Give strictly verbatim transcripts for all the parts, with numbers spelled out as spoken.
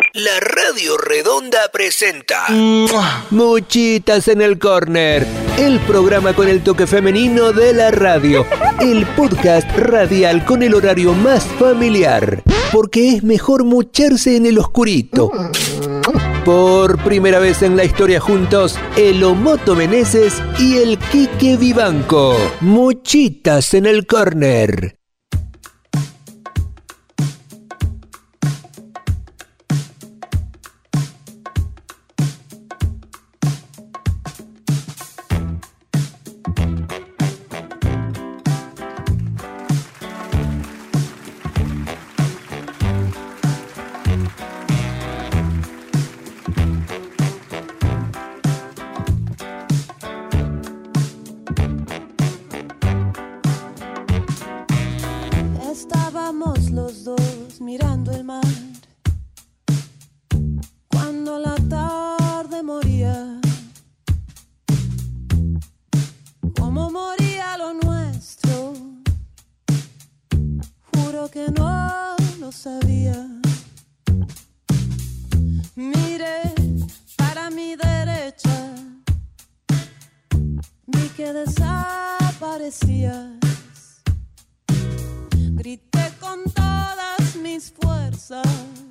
La Radio Redonda presenta Muchitas en el Corner, el programa con el toque femenino de la radio, el podcast radial con el horario más familiar, porque es mejor mucharse en el oscurito. Por primera vez en la historia juntos, el Omoto Meneses y el Quique Vivanco. Muchitas en el Corner. Estábamos los dos mirando el mar cuando la tarde moría, como moría lo nuestro. Juro que no lo sabía. Miré para mi derecha, vi que desaparecía. Grité con todas mis fuerzas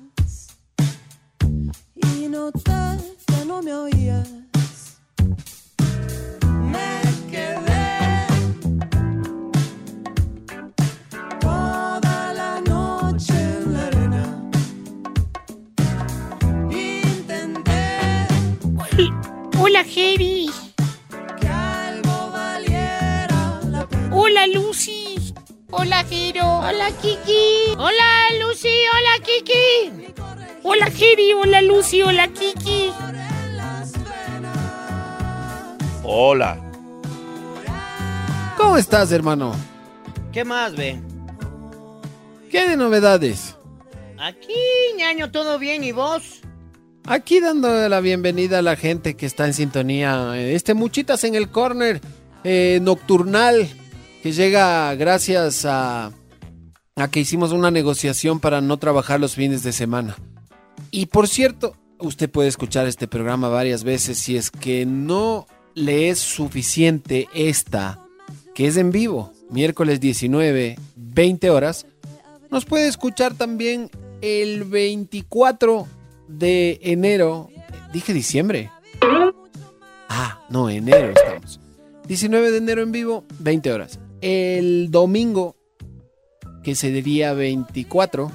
y noté que no me oías. Me quedé toda la noche en la arena. Intenté. Hola, Heavy. Que algo valiera la pena. Hola, Lucy. Hola, Giro. Hola, Kiki. Hola, Lucy. Hola, Kiki. Hola, Heavy. Hola, Lucy. Hola, Kiki. Hola. ¿Cómo estás, hermano? ¿Qué más, ve? ¿Qué de novedades? Aquí, ñaño, todo bien, ¿y vos? Aquí dando la bienvenida a la gente que está en sintonía. Este Muchitas en el Corner eh, nocturnal, que llega gracias a, a que hicimos una negociación para no trabajar los fines de semana. Y por cierto, usted puede escuchar este programa varias veces si es que no le es suficiente esta, que es en vivo, miércoles diecinueve, veinte horas. Nos puede escuchar también el veinticuatro de enero. Dije diciembre. Ah, no, enero estamos. diecinueve de enero en vivo, veinte horas. El domingo, que sería veinticuatro.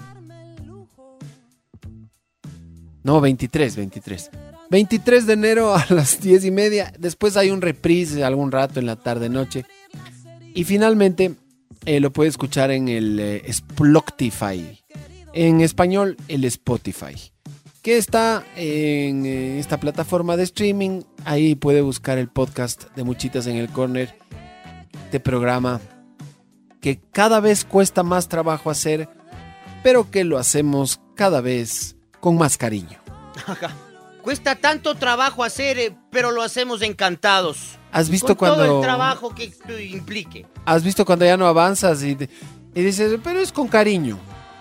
No, veintitrés, veintitrés. veintitrés de enero a las diez y media. Después hay un reprise algún rato en la tarde noche. Y finalmente eh, lo puede escuchar en el eh, Spotify. En español, el Spotify, que está en eh, esta plataforma de streaming. Ahí puede buscar el podcast de Muchitas en el Corner. Este programa que cada vez cuesta más trabajo hacer, pero que lo hacemos cada vez con más cariño. Cuesta tanto trabajo hacer, eh, pero lo hacemos encantados. ¿Has visto con cuando todo el trabajo que esto implique? ¿Has visto cuando ya no avanzas y, y dices, pero es con cariño?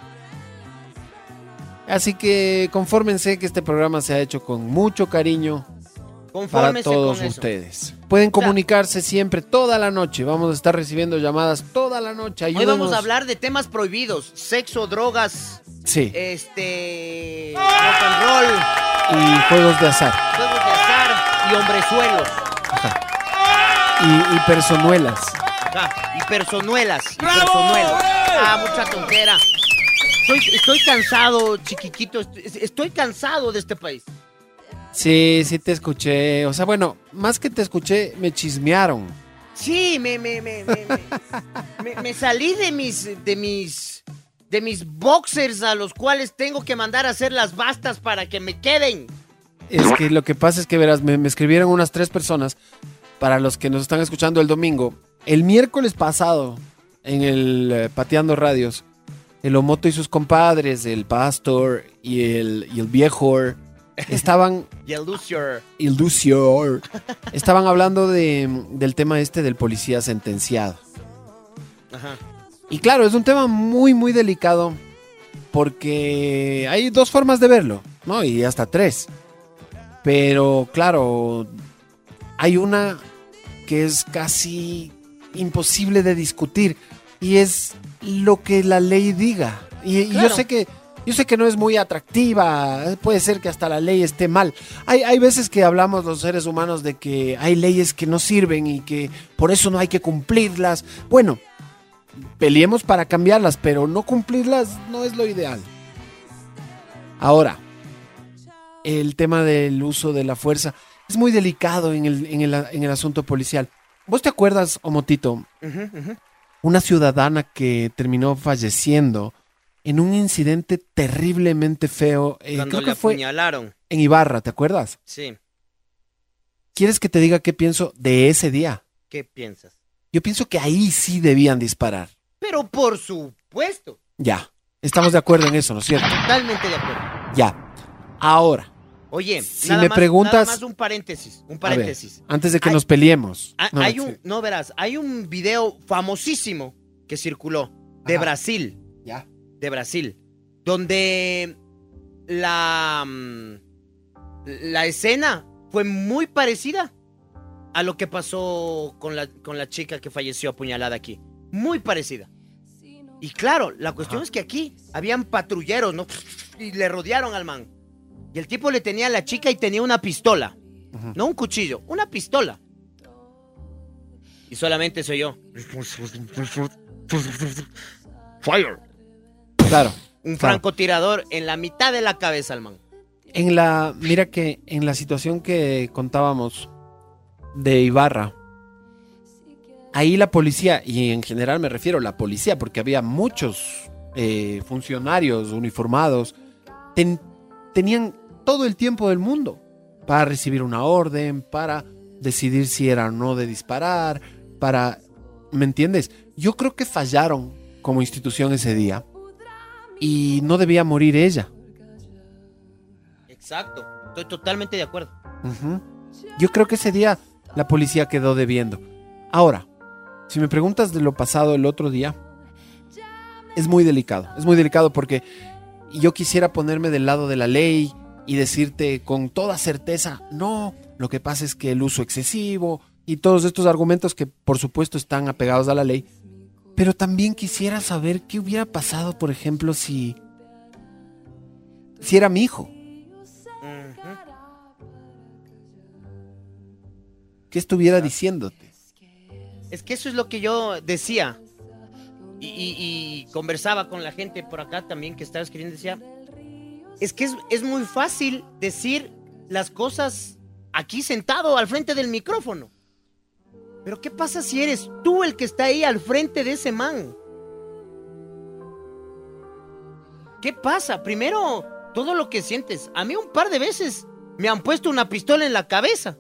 Así que confórmense que este programa se ha hecho con mucho cariño para todos ustedes. Pueden comunicarse siempre, toda la noche. Vamos a estar recibiendo llamadas toda la noche. Ayúdenos. Hoy vamos a hablar de temas prohibidos: sexo, drogas, sí, este, rock and roll y juegos de azar, juegos de azar y hombrezuelos. Ajá. Y, y personuelas. Ajá. Y personuelas. Y personuelos. Ah, mucha tontera. Estoy, estoy cansado, chiquiquito. Estoy, estoy cansado de este país. Sí, sí te escuché. O sea, bueno, más que te escuché, me chismearon. Sí, me, me, me, me, me, me, me salí de mis, de mis, de mis boxers a los cuales tengo que mandar a hacer las bastas para que me queden. Es que lo que pasa es que, verás, me, me escribieron unas tres personas, para los que nos están escuchando el domingo. El miércoles pasado, en el eh, Pateando Radios, el Omoto y sus compadres, el Pastor y el, y el Viejo, estaban... Y el Lucior. Y el Lucior. Estaban hablando de, del tema este del policía sentenciado. Ajá. Y claro, es un tema muy, muy delicado, porque hay dos formas de verlo. ¿no? Y hasta tres. Pero, claro, hay una que es casi imposible de discutir y es lo que la ley diga. Y, y Claro. yo sé que yo sé que no es muy atractiva, puede ser que hasta la ley esté mal. Hay, hay veces que hablamos los seres humanos de que hay leyes que no sirven y que por eso no hay que cumplirlas. Bueno, peleemos para cambiarlas, pero no cumplirlas no es lo ideal. Ahora, el tema del uso de la fuerza es muy delicado en el, en el, en el asunto policial. ¿Vos te acuerdas, Omotito, Ujú, ujú. una ciudadana que terminó falleciendo en un incidente terriblemente feo? Eh, Cuando creo le que fue apuñalaron. en Ibarra, ¿te acuerdas? Sí. ¿Quieres que te diga qué pienso de ese día? ¿Qué piensas? Yo pienso que ahí sí debían disparar. Pero por supuesto. Ya, estamos de acuerdo en eso, ¿no es cierto? Totalmente de acuerdo. Ya. Ahora, Oye, Si nada me más, preguntas- nada más un paréntesis, un a ver, paréntesis. antes de que Hay- nos peleemos. Ha- No, hay sí. un, no verás, hay un video famosísimo que circuló de Ajá. Brasil, Ya. de Brasil, donde la mm, la escena fue muy parecida a lo que pasó con la con la chica que falleció apuñalada aquí, muy parecida. Y claro, la cuestión Ajá. es que aquí habían patrulleros, ¿no? Y le rodearon al man. Y el tipo le tenía a la chica y tenía una pistola. Ujú. No un cuchillo, una pistola. Y solamente soy yo. Fire. Claro. Un Claro. francotirador en la mitad de la cabeza al man. En la, mira que en la situación que contábamos de Ibarra, ahí la policía, y en general me refiero a la policía, porque había muchos eh, funcionarios uniformados, ten- tenían todo el tiempo del mundo para recibir una orden, para decidir si era o no de disparar, para, ¿me entiendes? Yo creo que fallaron como institución ese día y no debía morir ella. Exacto. Estoy totalmente de acuerdo. Ujú. Yo creo que ese día la policía quedó debiendo. Ahora, si me preguntas de lo pasado el otro día, es muy delicado. Es muy delicado porque yo quisiera ponerme del lado de la ley y decirte con toda certeza, no, lo que pasa es que el uso excesivo y todos estos argumentos que por supuesto están apegados a la ley. Pero también quisiera saber qué hubiera pasado, por ejemplo, si, si era mi hijo. Ujú. ¿Qué estuviera diciéndote? Es que eso es lo que yo decía. Y, y- y conversaba con la gente por acá también que estaba escribiendo. Decía, es que es, es muy fácil decir las cosas aquí sentado al frente del micrófono. Pero ¿qué pasa si eres tú el que está ahí al frente de ese man? ¿Qué pasa? Primero, todo lo que sientes. A mí un par de veces me han puesto una pistola en la cabeza.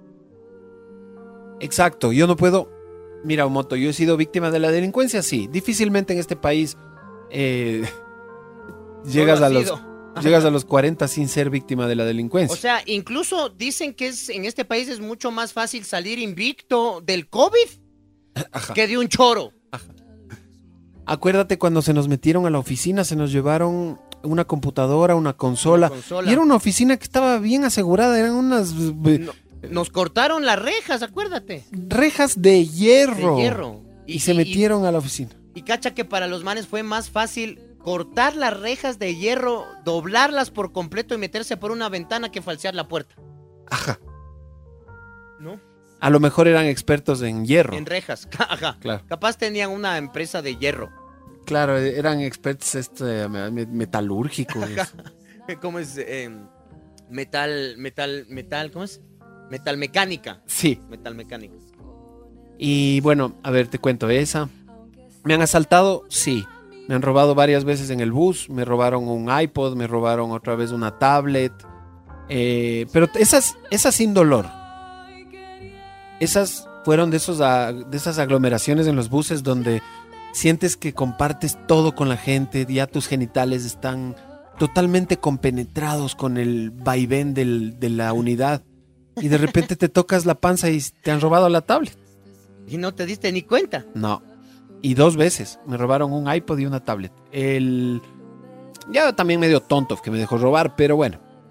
Exacto, yo no puedo. Mira, Omoto, yo he sido víctima de la delincuencia, sí. Difícilmente en este país eh, llegas, Solo a has los, sido. llegas a los cuarenta sin ser víctima de la delincuencia. O sea, incluso dicen que es, en este país es mucho más fácil salir invicto del COVID Ajá. que de un choro. Acuérdate cuando se nos metieron a la oficina, se nos llevaron una computadora, una consola. Una consola. Y era una oficina que estaba bien asegurada, eran unas eh, No, nos cortaron las rejas, acuérdate. rejas de hierro. De hierro. Y, se metieron a la oficina. Y, cacha que para los manes fue más fácil cortar las rejas de hierro, doblarlas por completo y meterse por una ventana que falsear la puerta. Ajá. ¿No? A lo mejor eran expertos en hierro. En rejas. Ajá. Claro. Capaz tenían una empresa de hierro. Claro, eran expertos este, me- metalúrgicos. ¿Cómo es? Eh, metal, metal, metal, ¿cómo es? Metal mecánica. Sí. Metal mecánica. Y bueno, a ver, te cuento esa. ¿Me han asaltado? Sí. Me han robado varias veces en el bus. Me robaron un iPod, me robaron otra vez una tablet. Eh, pero esas, esas sin dolor. Esas fueron de, esos, a- de esas aglomeraciones en los buses donde sientes que compartes todo con la gente. Ya tus genitales están totalmente compenetrados con el vaivén del- de la unidad. Y de repente te tocas la panza y te han robado la tablet. Y no te diste ni cuenta. No. Y dos veces. Me robaron un iPod y una tablet. El... Ya también medio tonto que me dejó robar, pero bueno.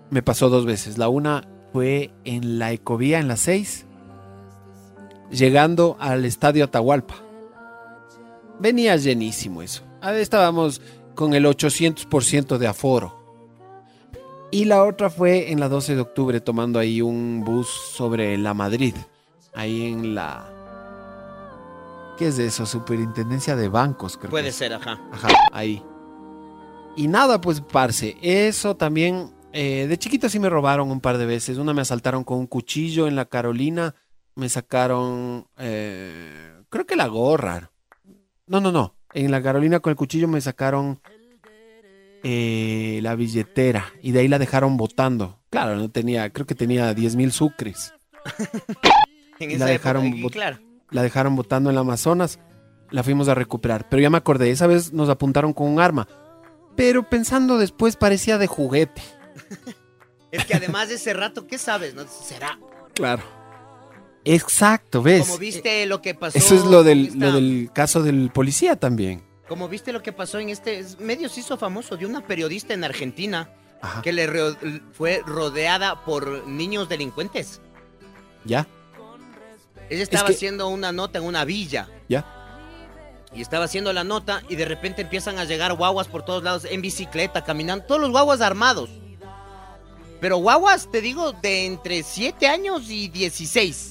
Me pasó dos veces. La una fue en la Ecovía, en las seis, llegando al estadio Atahualpa. Venía llenísimo eso. Ahí estábamos con el ochocientos por ciento de aforo. Y la otra fue en la doce de octubre, tomando ahí un bus sobre la Madrid. Ahí en la... ¿Qué es eso? Superintendencia de Bancos, creo. Puede que es. ser, ajá. Ajá, ahí. Y nada, pues, parce, eso también... Eh, de chiquito sí me robaron un par de veces. Una me asaltaron con un cuchillo en la Carolina. Me sacaron... Eh, creo que la gorra. No, no, no. En la Carolina con el cuchillo me sacaron... Eh, la billetera. Y de ahí la dejaron botando. Claro, no tenía... Creo que tenía diez mil sucres. En Y esa la época, dejaron y bot- claro. La dejaron botando en el Amazonas. La fuimos a recuperar. Pero ya me acordé, esa vez nos apuntaron con un arma. Pero pensando después parecía de juguete. Es que además de ese rato, ¿qué sabes? ¿No? ¿Será? Claro. Exacto, ¿ves? Como viste lo que pasó... Eso es lo del, en esta- lo del caso del policía también. Como viste lo que pasó en este... Medio se hizo famoso de una periodista en Argentina Ajá. que le ro- fue rodeada por niños delincuentes. ¿Ya? Ella estaba que- haciendo una nota en una villa. ¿Ya? Y estaba haciendo la nota y de repente empiezan a llegar guaguas por todos lados, en bicicleta, caminando, todos los guaguas armados. Pero guaguas, te digo, de entre siete años y dieciséis.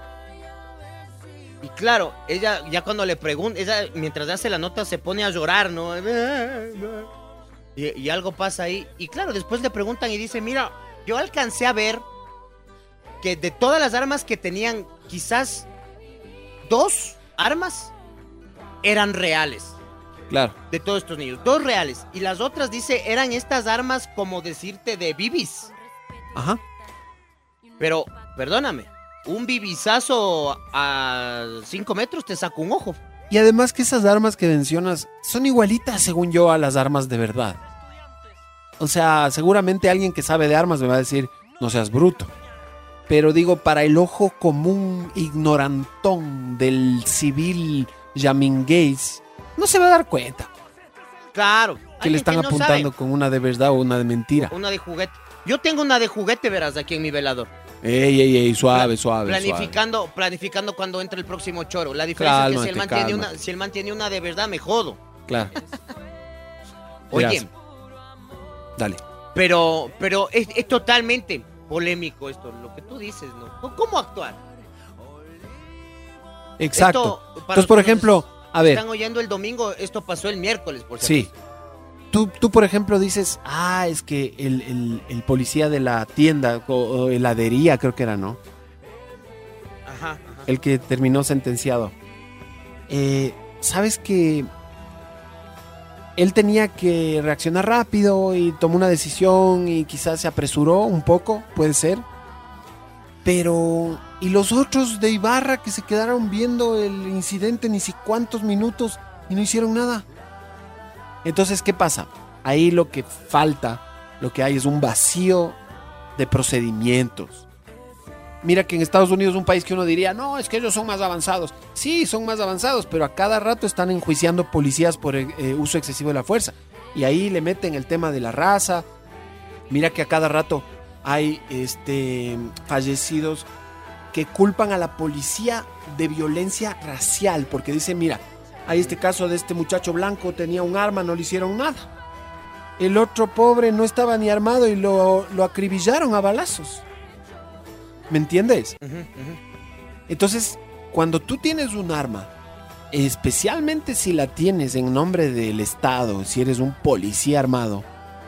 Y claro, ella ya cuando le pregunta, ella mientras hace la nota se pone a llorar, ¿no? Y, y algo pasa ahí. Y claro, después le preguntan y dice, mira, yo alcancé a ver que de todas las armas que tenían, quizás dos armas eran reales. Claro. De todos estos niños, dos reales. Y las otras, dice, eran estas armas como decirte de bibis. Ajá. Pero, perdóname, un bibisazo a cinco metros te saca un ojo. Y además que esas armas que mencionas son igualitas, según yo, a las armas de verdad. O sea, seguramente alguien que sabe de armas me va a decir, no seas bruto. Pero digo, para el ojo común, ignorantón del civil yamingués, no se va a dar cuenta Claro. que alguien le están no apuntando sabe. con una de verdad o una de mentira. Una de juguete. Yo tengo una de juguete, verás, aquí en mi velador. Ey, ey, ey, suave, Pla- suave, planificando, suave. Planificando cuando entre el próximo choro. La diferencia es que si el, man Cálmate, tiene una, cálmate. si el man tiene una de verdad, me jodo. Claro. Oye, Verás. Dale. pero, pero es, es totalmente polémico esto, lo que tú dices, ¿no? ¿Cómo actuar? Exacto. Esto, para Entonces, los por que nos ejemplo, a ver, Están oyendo el domingo, esto pasó el miércoles, por si sí. Tú, tú, por ejemplo, dices, ah, es que el, el, el policía de la tienda, o, o heladería, creo que era, ¿no? acaso. Ajá, ajá. El que terminó sentenciado. Eh, ¿Sabes que él tenía que reaccionar rápido y tomó una decisión y quizás se apresuró un poco? Puede ser. Pero, ¿y los otros de Ibarra que se quedaron viendo el incidente ni si cuántos minutos y no hicieron nada? Entonces, ¿qué pasa? Ahí lo que falta, lo que hay es un vacío de procedimientos. Mira que en Estados Unidos, un país que uno diría, no, es que ellos son más avanzados. Sí, son más avanzados, pero a cada rato están enjuiciando policías por eh, uso excesivo de la fuerza. Y ahí le meten el tema de la raza. Mira que a cada rato hay este, fallecidos que culpan a la policía de violencia racial, porque dicen, mira, hay este caso de este muchacho blanco, tenía un arma, no le hicieron nada. El otro pobre no estaba ni armado y lo, lo acribillaron a balazos. ¿Me entiendes? Ujú, ujú. Entonces, cuando tú tienes un arma, especialmente si la tienes en nombre del Estado, si eres un policía armado,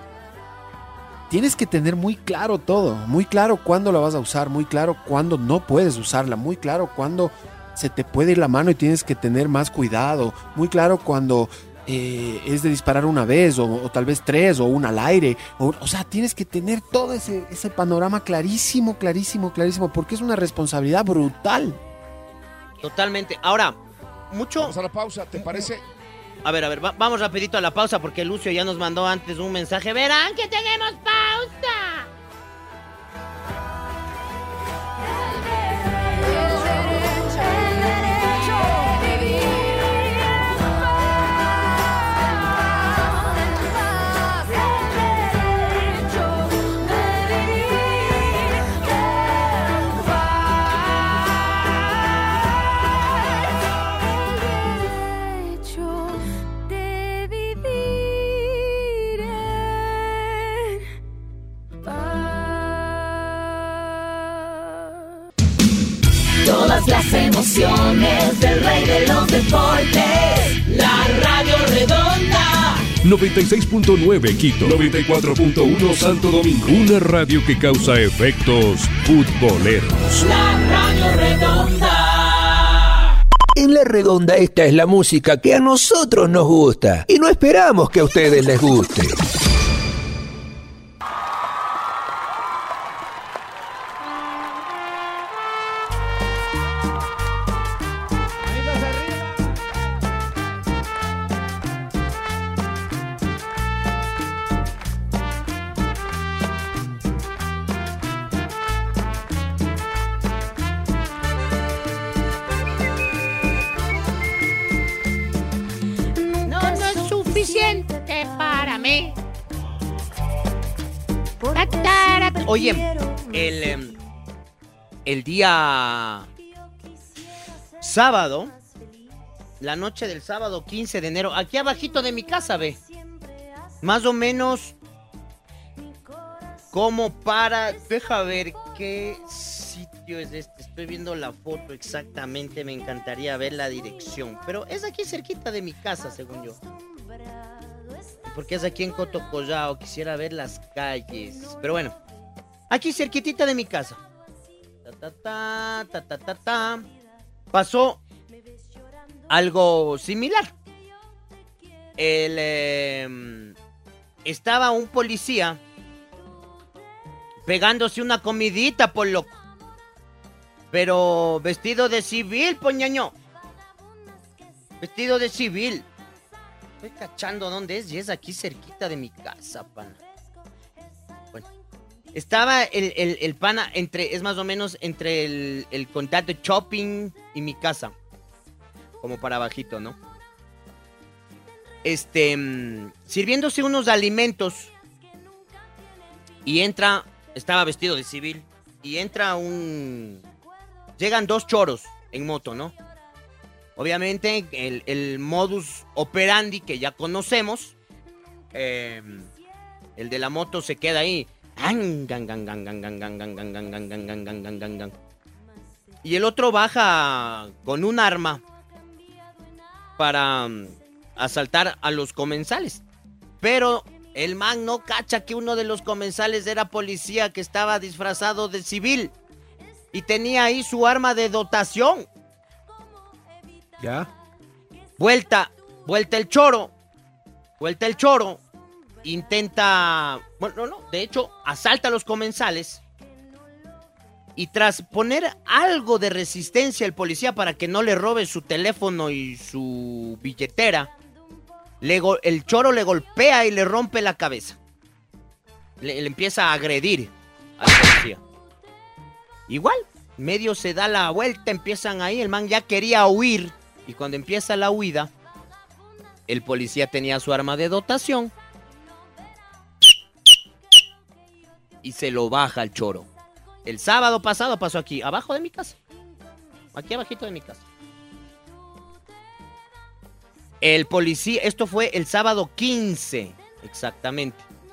tienes que tener muy claro todo, muy claro cuándo la vas a usar, muy claro cuándo no puedes usarla, muy claro cuándo se te puede ir la mano y tienes que tener más cuidado, muy claro cuando eh, es de disparar una vez o, o tal vez tres o una al aire, o, o sea, tienes que tener todo ese, ese panorama clarísimo, clarísimo, clarísimo, porque es una responsabilidad brutal. Totalmente. Ahora, mucho... Vamos a la pausa, ¿te parece? A ver, a ver, va- vamos rapidito a la pausa porque Lucio ya nos mandó antes un mensaje. Verán que tenemos pausa. El derecho de vivir las emociones del rey de los deportes. La Radio Redonda. noventa y seis punto nueve Quito, noventa y cuatro punto uno Santo Domingo. Una radio que causa efectos futboleros. La Radio Redonda. En La Redonda esta es la música que a nosotros nos gusta y no esperamos que a ustedes les guste. Oye, el, em, el día sábado, la noche del sábado quince de enero, aquí abajito de mi casa, ve, más o menos como para, deja ver qué sitio es este, estoy viendo la foto exactamente, me encantaría ver la dirección, pero es aquí cerquita de mi casa, según yo. Porque es aquí en Cotocollao, quisiera ver las calles, pero bueno. Aquí cerquitita de mi casa. Ta, ta, ta, ta, ta, ta. Pasó algo similar. El, eh, estaba un policía pegándose una comidita, por loco. Pero vestido de civil, poñaño. Vestido de civil. Estoy cachando dónde es y es aquí cerquita de mi casa, pana. Estaba el, el, el pana entre, es más o menos entre el, el contacto shopping y mi casa. Como para abajito, ¿no? Este, mmm, sirviéndose unos alimentos. Y entra, estaba vestido de civil. Y entra un... Llegan dos choros en moto, ¿no? Obviamente el, el modus operandi que ya conocemos. Eh, el de la moto se queda ahí. Y el otro baja con un arma para um, asaltar a los comensales. Pero el man no cacha que uno de los comensales era policía que estaba disfrazado de civil y tenía ahí su arma de dotación. ¿Ya? Vuelta, vuelta el choro, vuelta el choro. Intenta, bueno, no, no, de hecho, asalta a los comensales y tras poner algo de resistencia al policía para que no le robe su teléfono y su billetera, le go- el choro le golpea y le rompe la cabeza. Le, le empieza a agredir al policía. Igual, medio se da la vuelta, empiezan ahí, el man ya quería huir y cuando empieza la huida, el policía tenía su arma de dotación. Y se lo baja al choro. El sábado pasado pasó aquí, abajo de mi casa. Aquí abajito de mi casa. El policía, esto fue el sábado quince, exactamente.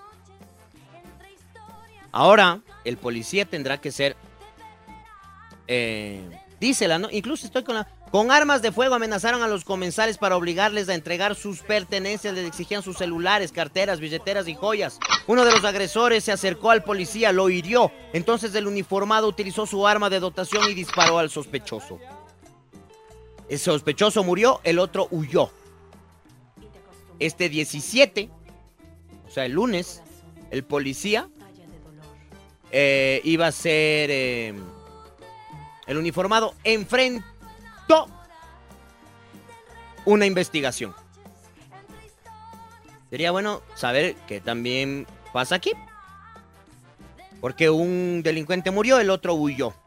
Ahora, el policía tendrá que ser... Eh, dísela, ¿no? Incluso estoy con la... Con armas de fuego amenazaron a los comensales para obligarles a entregar sus pertenencias. Les exigían sus celulares, carteras, billeteras y joyas. Uno de los agresores se acercó al policía, lo hirió. Entonces el uniformado utilizó su arma de dotación y disparó al sospechoso. El sospechoso murió, el otro huyó. Este diecisiete, o sea, el lunes, el policía eh, iba a ser... Eh, el uniformado enfrentó una investigación. Sería bueno saber qué también pasa aquí. Porque un delincuente murió, el otro huyó.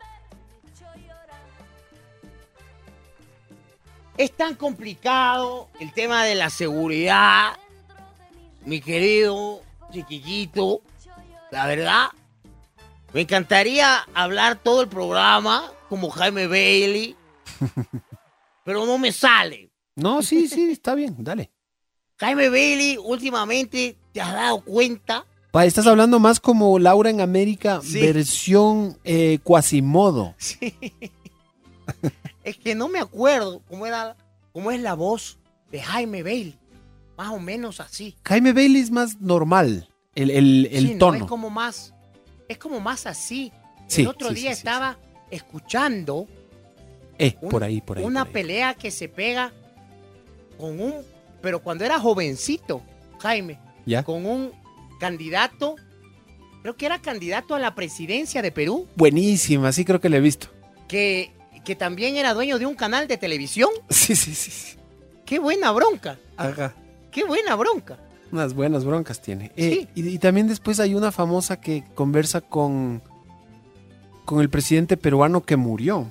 Es tan complicado el tema de la seguridad, mi querido chiquillito. La verdad, me encantaría hablar todo el programa como Jaime Bailey, pero no me sale. No, sí, sí, está bien, dale. Jaime Bailey, últimamente, ¿te has dado cuenta? Pa, estás hablando más como Laura en América, Sí. versión eh, Quasimodo. Sí. Es que no me acuerdo cómo era, cómo es la voz de Jaime Bailey. Más o menos así. Jaime Bailey es más normal, el, el, el sí, no, tono. es como más, es como más así. Sí, el otro sí, día sí, sí, estaba escuchando Eh, un- por ahí, por ahí. una por ahí. pelea que se pega con un, pero cuando era jovencito, Jaime, ¿Ya? con un candidato, creo que era candidato a la presidencia de Perú, Buenísima, sí creo que la he visto. que, que también era dueño de un canal de televisión. Sí, sí, sí. sí. Qué buena bronca, Ajá. qué buena bronca. Unas buenas broncas tiene. Eh, Sí. y, y también después hay una famosa que conversa con, con el presidente peruano que murió.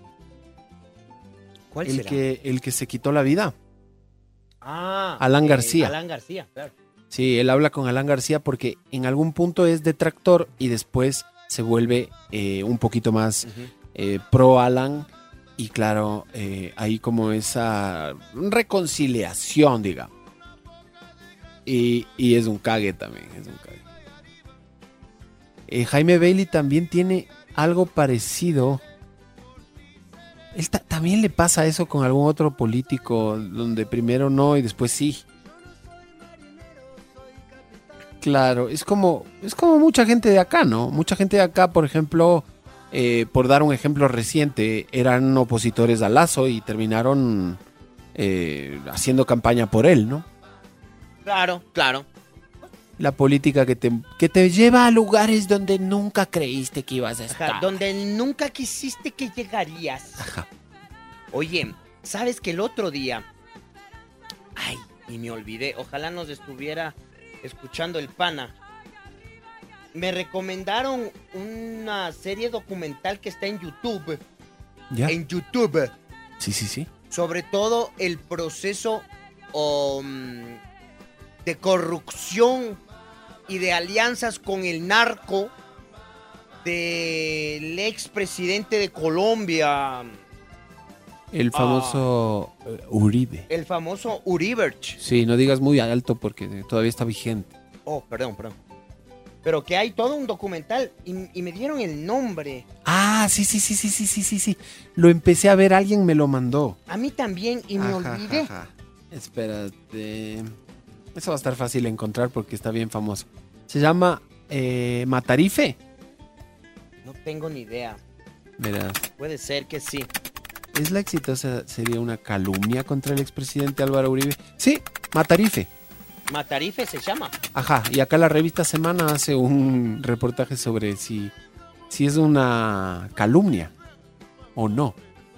¿Cuál El será? que, el que se quitó la vida. Ah, Alan eh, García. Alan García, claro. Sí, él habla con Alan García porque en algún punto es detractor y después se vuelve eh, un poquito más Ujú. eh, pro Alan. Y claro, eh, hay como esa reconciliación, digamos. Y, y es un cague también, es un cague. Eh, Jaime Bailey también tiene algo parecido. Él ta- también le pasa eso con algún otro político, donde primero no y después sí. Claro, es como, es como mucha gente de acá, ¿no? Mucha gente de acá, por ejemplo, eh, por dar un ejemplo reciente, eran opositores a Lazo y terminaron eh, haciendo campaña por él, ¿no? Claro, claro. La política que te, que te lleva a lugares donde nunca creíste que ibas a estar. Ajá, donde nunca quisiste que llegarías. Ajá. Oye, ¿sabes que el otro día? Ay, y me olvidé. Ojalá nos estuviera escuchando el pana. Me recomendaron una serie documental que está en YouTube. ¿Ya? En YouTube. Sí, sí, sí. Sobre todo el proceso um, de corrupción y de alianzas con el narco del expresidente de Colombia, El famoso eh, Uribe. el famoso Uriberch. Sí, no digas muy alto porque todavía está vigente. Oh, perdón, perdón. Pero que hay todo un documental y, y me dieron el nombre. Ah, sí, sí, sí, sí, sí, sí, sí, sí. Lo empecé a ver, alguien me lo mandó. A mí también y me Ajá, olvidé. ajá. Espérate. Eso va a estar fácil de encontrar porque está bien famoso. Se llama eh, Matarife. No tengo ni idea. Verás. Puede ser que sí. ¿Es la exitosa sería una calumnia contra el expresidente Álvaro Uribe? Sí, Matarife. Matarife se llama. Ajá, y acá la revista Semana hace un reportaje sobre si, si es una calumnia o no.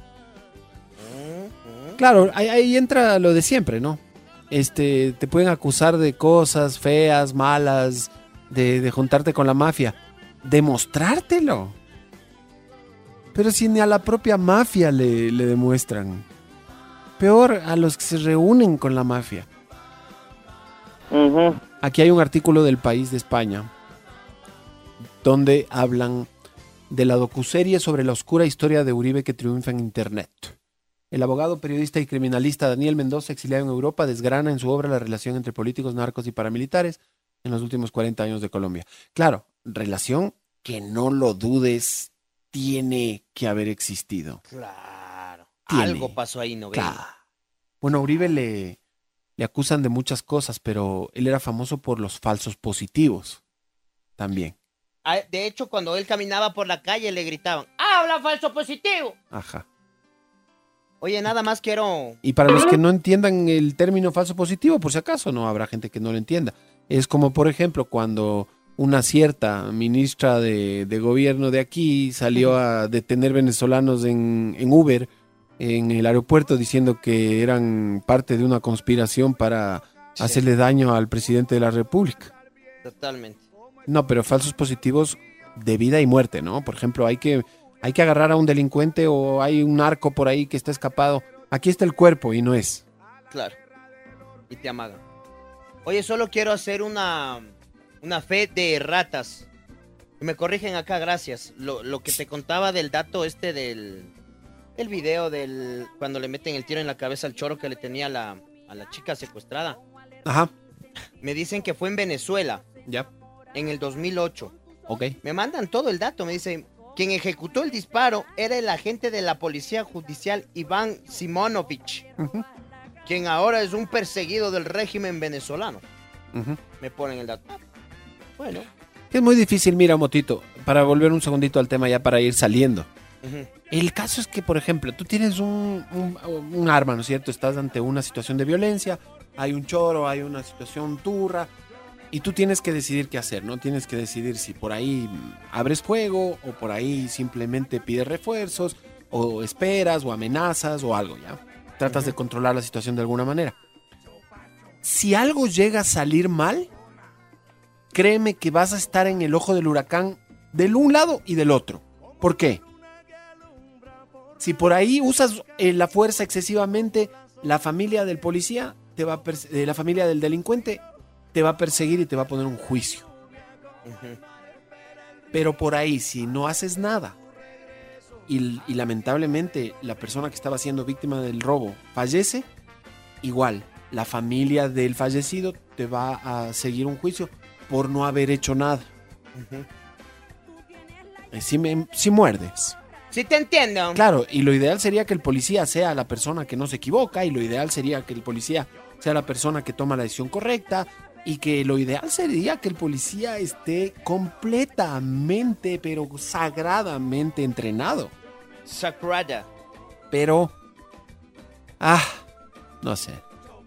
Ujú. Claro, ahí, ahí entra lo de siempre, ¿no? Este, te pueden acusar de cosas feas, malas, de, de juntarte con la mafia. Demostrártelo. Pero si ni a la propia mafia le, le demuestran. Peor a los que se reúnen con la mafia. Aquí hay un artículo del País de España donde hablan de la docuserie sobre la oscura historia de Uribe que triunfa en Internet. El abogado, periodista y criminalista Daniel Mendoza, exiliado en Europa, desgrana en su obra la relación entre políticos, narcos y paramilitares en los últimos cuarenta años de Colombia. Claro, relación que no lo dudes tiene que haber existido. Claro. Tiene. Algo pasó ahí, ¿no? Claro. Bueno, a Uribe le, le acusan de muchas cosas, pero él era famoso por los falsos positivos también. Ah, de hecho, cuando él caminaba por la calle le gritaban, ¡habla falso positivo! Ajá. Oye, nada más quiero... Y para los que no entiendan el término falso positivo, por si acaso, no habrá gente que no lo entienda. Es como, por ejemplo, cuando una cierta ministra de, de gobierno de aquí salió a detener venezolanos en, en Uber, en el aeropuerto, diciendo que eran parte de una conspiración para Sí. hacerle daño al presidente de la República. Totalmente. No, pero falsos positivos de vida y muerte, ¿no? Por ejemplo, hay que, hay que agarrar a un delincuente o hay un narco por ahí que está escapado. Aquí está el cuerpo y no es. Claro. Y te amagan. Oye, solo quiero hacer una, una fe de ratas. Me corrigen acá, gracias. Lo, lo que te contaba del dato este del, del video del cuando le meten el tiro en la cabeza al choro que le tenía a la, a la chica secuestrada. Ajá. Me dicen que fue en Venezuela, Ya. en el dos mil ocho. Ok. Me mandan todo el dato, me dicen, quien ejecutó el disparo era el agente de la policía judicial Iván Simonovich, uh-huh. quien ahora es un perseguido del régimen venezolano. Uh-huh. Me ponen el dato. Bueno. Es muy difícil, mira, Motito, para volver un segundito al tema ya para ir saliendo. Uh-huh. El caso es que, por ejemplo, tú tienes un, un, un arma, ¿no es cierto? Estás ante una situación de violencia, hay un choro, hay una situación turra, y tú tienes que decidir qué hacer, ¿no? Tienes que decidir si por ahí abres fuego, o por ahí simplemente pides refuerzos, o esperas, o amenazas, o algo, ¿ya? Tratas uh-huh. de controlar la situación de alguna manera. Si algo llega a salir mal, créeme que vas a estar en el ojo del huracán del un lado y del otro. ¿Por qué? Si por ahí usas eh, la fuerza excesivamente, la familia del policía, te va a perse- eh, la familia del delincuente te va a perseguir y te va a poner un juicio. Uh-huh. Pero por ahí, si no haces nada y, y lamentablemente la persona que estaba siendo víctima del robo fallece, igual, la familia del fallecido te va a seguir un juicio por no haber hecho nada. Uh-huh. Eh, si, me, si muerdes. Sí te entiendo. Claro, y lo ideal sería que el policía sea la persona que no se equivoca, y lo ideal sería que el policía sea la persona que toma la decisión correcta, y que lo ideal sería que el policía esté completamente, pero sagradamente entrenado. Sagrada. Pero, ah, no sé.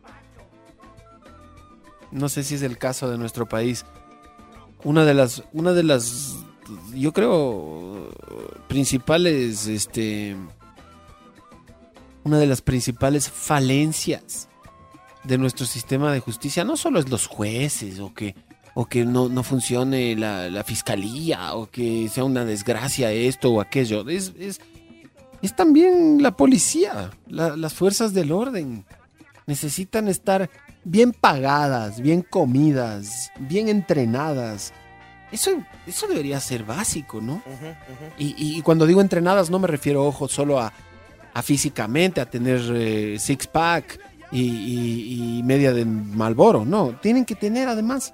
No sé si es el caso de nuestro país. Una de las, una de las, yo creo, principales, este, una de las principales falencias de nuestro sistema de justicia no solo es los jueces, o que, o que no, no funcione la, la fiscalía, o que sea una desgracia esto o aquello. Es, es, es también la policía, la, las fuerzas del orden. Necesitan estar bien pagadas, bien comidas, bien entrenadas. Eso, eso debería ser básico, ¿no? Uh-huh, uh-huh. Y, y cuando digo entrenadas no me refiero, ojo, solo a, a físicamente, a tener eh, six-pack y, y, y media de Marlboro. No, tienen que tener además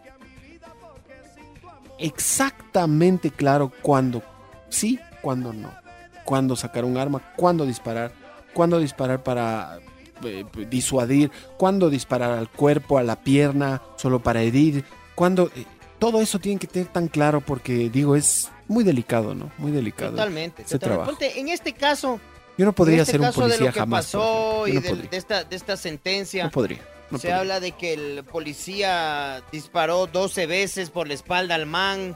exactamente claro cuándo sí, cuándo no. Cuándo sacar un arma, cuándo disparar, cuándo disparar para eh, disuadir, cuándo disparar al cuerpo, a la pierna, solo para herir, cuándo... Eh, todo eso tiene que tener tan claro porque, digo, es muy delicado, ¿no? Muy delicado. Totalmente. Ese totalmente. trabajo. Ponte, en este caso... Yo no podría este ser un policía de lo que jamás. pasó y no de, de, esta, de esta sentencia... No podría. No se podría. habla de que el policía disparó doce veces por la espalda al man.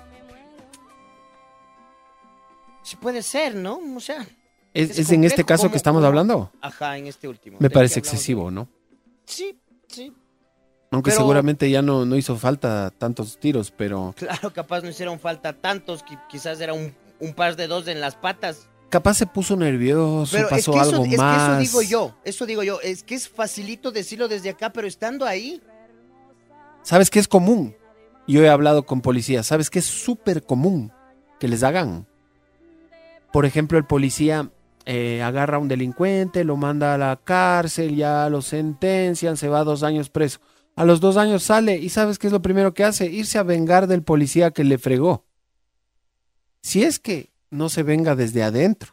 Sí puede ser, ¿no? O sea... ¿Es, es, es en este caso como, que estamos como, hablando? Ajá, en este último. Me parece excesivo, ¿no? Sí, sí. Aunque pero, seguramente ya no, no hizo falta tantos tiros, pero... Claro, capaz no hicieron falta tantos, que quizás era un, un par de dos en las patas. Capaz se puso nervioso, pero pasó es que algo eso, más. Es que eso digo yo, eso digo yo, es que es facilito decirlo desde acá, pero estando ahí... ¿Sabes qué es común? Yo he hablado con policías, ¿sabes qué es súper común que les hagan? Por ejemplo, el policía eh, agarra a un delincuente, lo manda a la cárcel, ya lo sentencian, se va dos años preso. A los dos años sale y ¿sabes qué es lo primero que hace? Irse a vengar del policía que le fregó. Si es que no se venga desde adentro.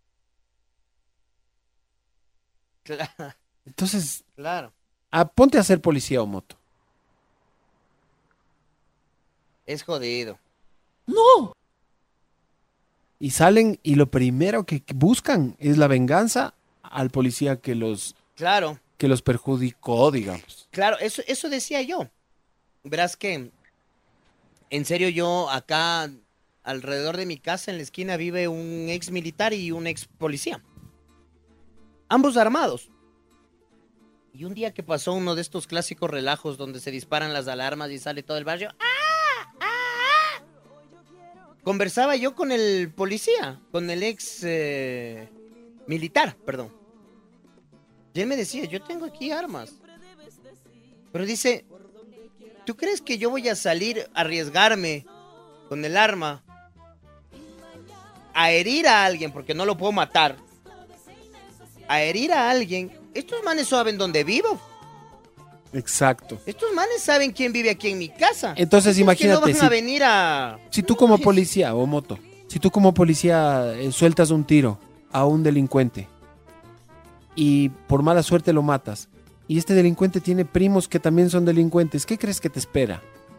Claro. Entonces, claro. A, ponte a ser policía o moto. Es jodido. ¡No! Y salen y lo primero que buscan es la venganza al policía que los... Claro. Que los perjudicó, digamos. Claro, eso, eso decía yo. Verás que, en serio, yo acá, alrededor de mi casa, en la esquina, vive un ex militar y un ex policía. Ambos armados. Y un día que pasó uno de estos clásicos relajos donde se disparan las alarmas y sale todo el barrio. ¡Ah! ¡Ah! Conversaba yo con el policía, con el ex eh, militar, perdón. Y él me decía, yo tengo aquí armas. Pero dice, ¿tú crees que yo voy a salir a arriesgarme con el arma a herir a alguien, porque no lo puedo matar? A herir a alguien. Estos manes saben dónde vivo. Exacto. Estos manes saben quién vive aquí en mi casa. Entonces imagínate. No van si, a venir a... si tú como policía o moto, Si tú como policía eh, sueltas un tiro a un delincuente y por mala suerte lo matas, y este delincuente tiene primos que también son delincuentes, ¿qué crees que te espera?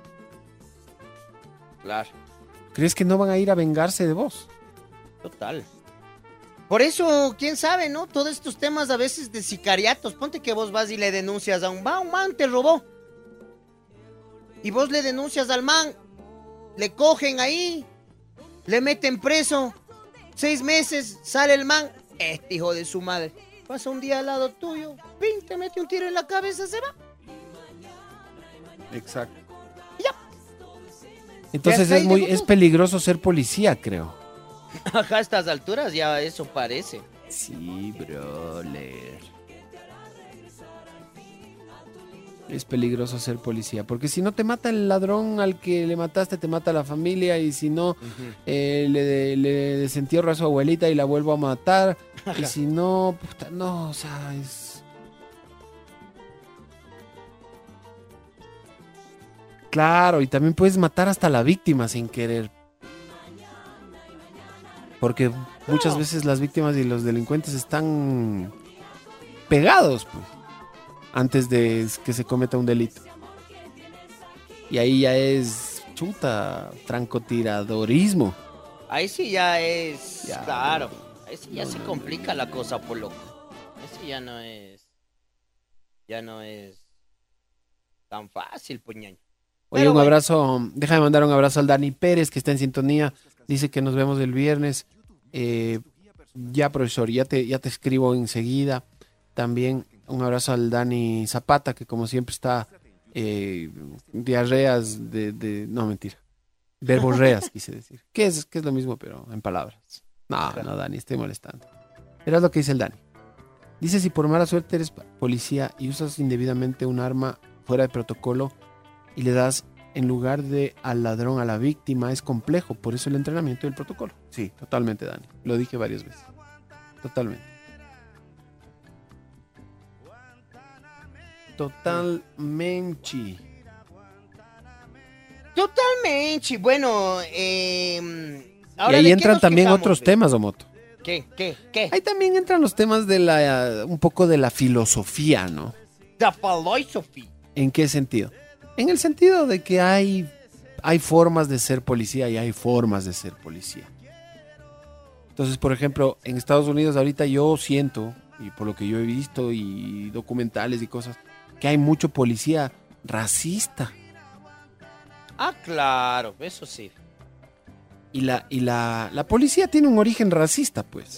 Claro. ¿Crees que no van a ir a vengarse de vos? Total. Por eso, quién sabe, ¿no? Todos estos temas a veces de sicariatos. Ponte que vos vas y le denuncias a un man, un man te robó. Y vos le denuncias al man, le cogen ahí, le meten preso, seis meses, sale el man, este hijo de su madre. Pasa un día al lado tuyo, pin, te mete un tiro en la cabeza, se va. Exacto. Ya. Entonces Ya es está, muy ahí es dejó peligroso ser policía, creo. Ajá, a estas alturas ya eso parece. Sí, brother. Es peligroso ser policía, porque si no te mata el ladrón al que le mataste, te mata la familia, y si no, uh-huh. eh, le, le desentierro a su abuelita y la vuelvo a matar, y si no, puta, no, o sea, es... Claro, y también puedes matar hasta la víctima sin querer. Porque muchas no. veces las víctimas y los delincuentes están pegados, pues, antes de que se cometa un delito. Y ahí ya es, chuta, francotiradorismo. Ahí sí ya es, ya, claro, ahí sí ya no, se no, complica no, la cosa, por loco. Ahí sí ya no es, ya no es tan fácil, puñaño. Oye, Pero un bueno. abrazo, déjame mandar un abrazo al Dani Pérez, que está en sintonía. Dice que nos vemos el viernes. Eh, ya, profesor, ya te, ya te escribo enseguida. También un abrazo al Dani Zapata, que como siempre está eh, diarreas de, de... No, mentira. Verborreas, quise decir. Que es, que es lo mismo, pero en palabras. No, no, Dani, estoy molestando. Verás lo que dice el Dani. Dice, si por mala suerte eres policía y usas indebidamente un arma fuera de protocolo y le das en lugar de al ladrón a la víctima, es complejo. Por eso el entrenamiento y el protocolo. Sí, totalmente, Dani. Lo dije varias veces. Totalmente. Totalmente. Totalmente. Bueno, eh, ahora y ahí entran también quejamos, otros ¿ves? temas, Omoto. ¿Qué? ¿Qué? ¿Qué? Ahí también entran los temas de la, un poco de la filosofía, ¿no? La filosofía. ¿En qué sentido? En el sentido de que hay, hay formas de ser policía y hay formas de ser policía. Entonces, por ejemplo, en Estados Unidos ahorita yo siento, y por lo que yo he visto y documentales y cosas, que hay mucho policía racista. Ah, claro, eso sí. Y la, y la, la policía tiene un origen racista, pues.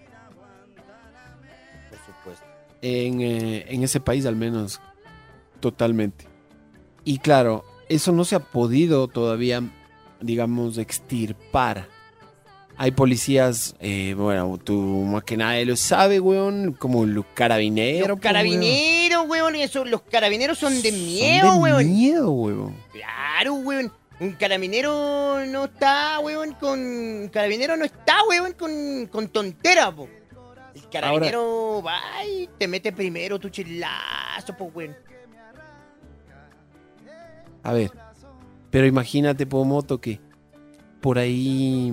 Por supuesto. En, eh, en ese país al menos, totalmente. Y claro, eso no se ha podido todavía, digamos, extirpar. Hay policías, eh, bueno, tú más que nadie lo sabe, weón, como los carabineros. Los carabineros, weón, eso, los carabineros son de miedo, son de weón. miedo, weón. Claro, weón. Un carabinero no está, weón, con... Un carabinero no está, weón, con, con tontera, po. El carabinero Ahora... va y te mete primero tu chilazo, po, weón. A ver, pero imagínate, Pomoto, que por ahí...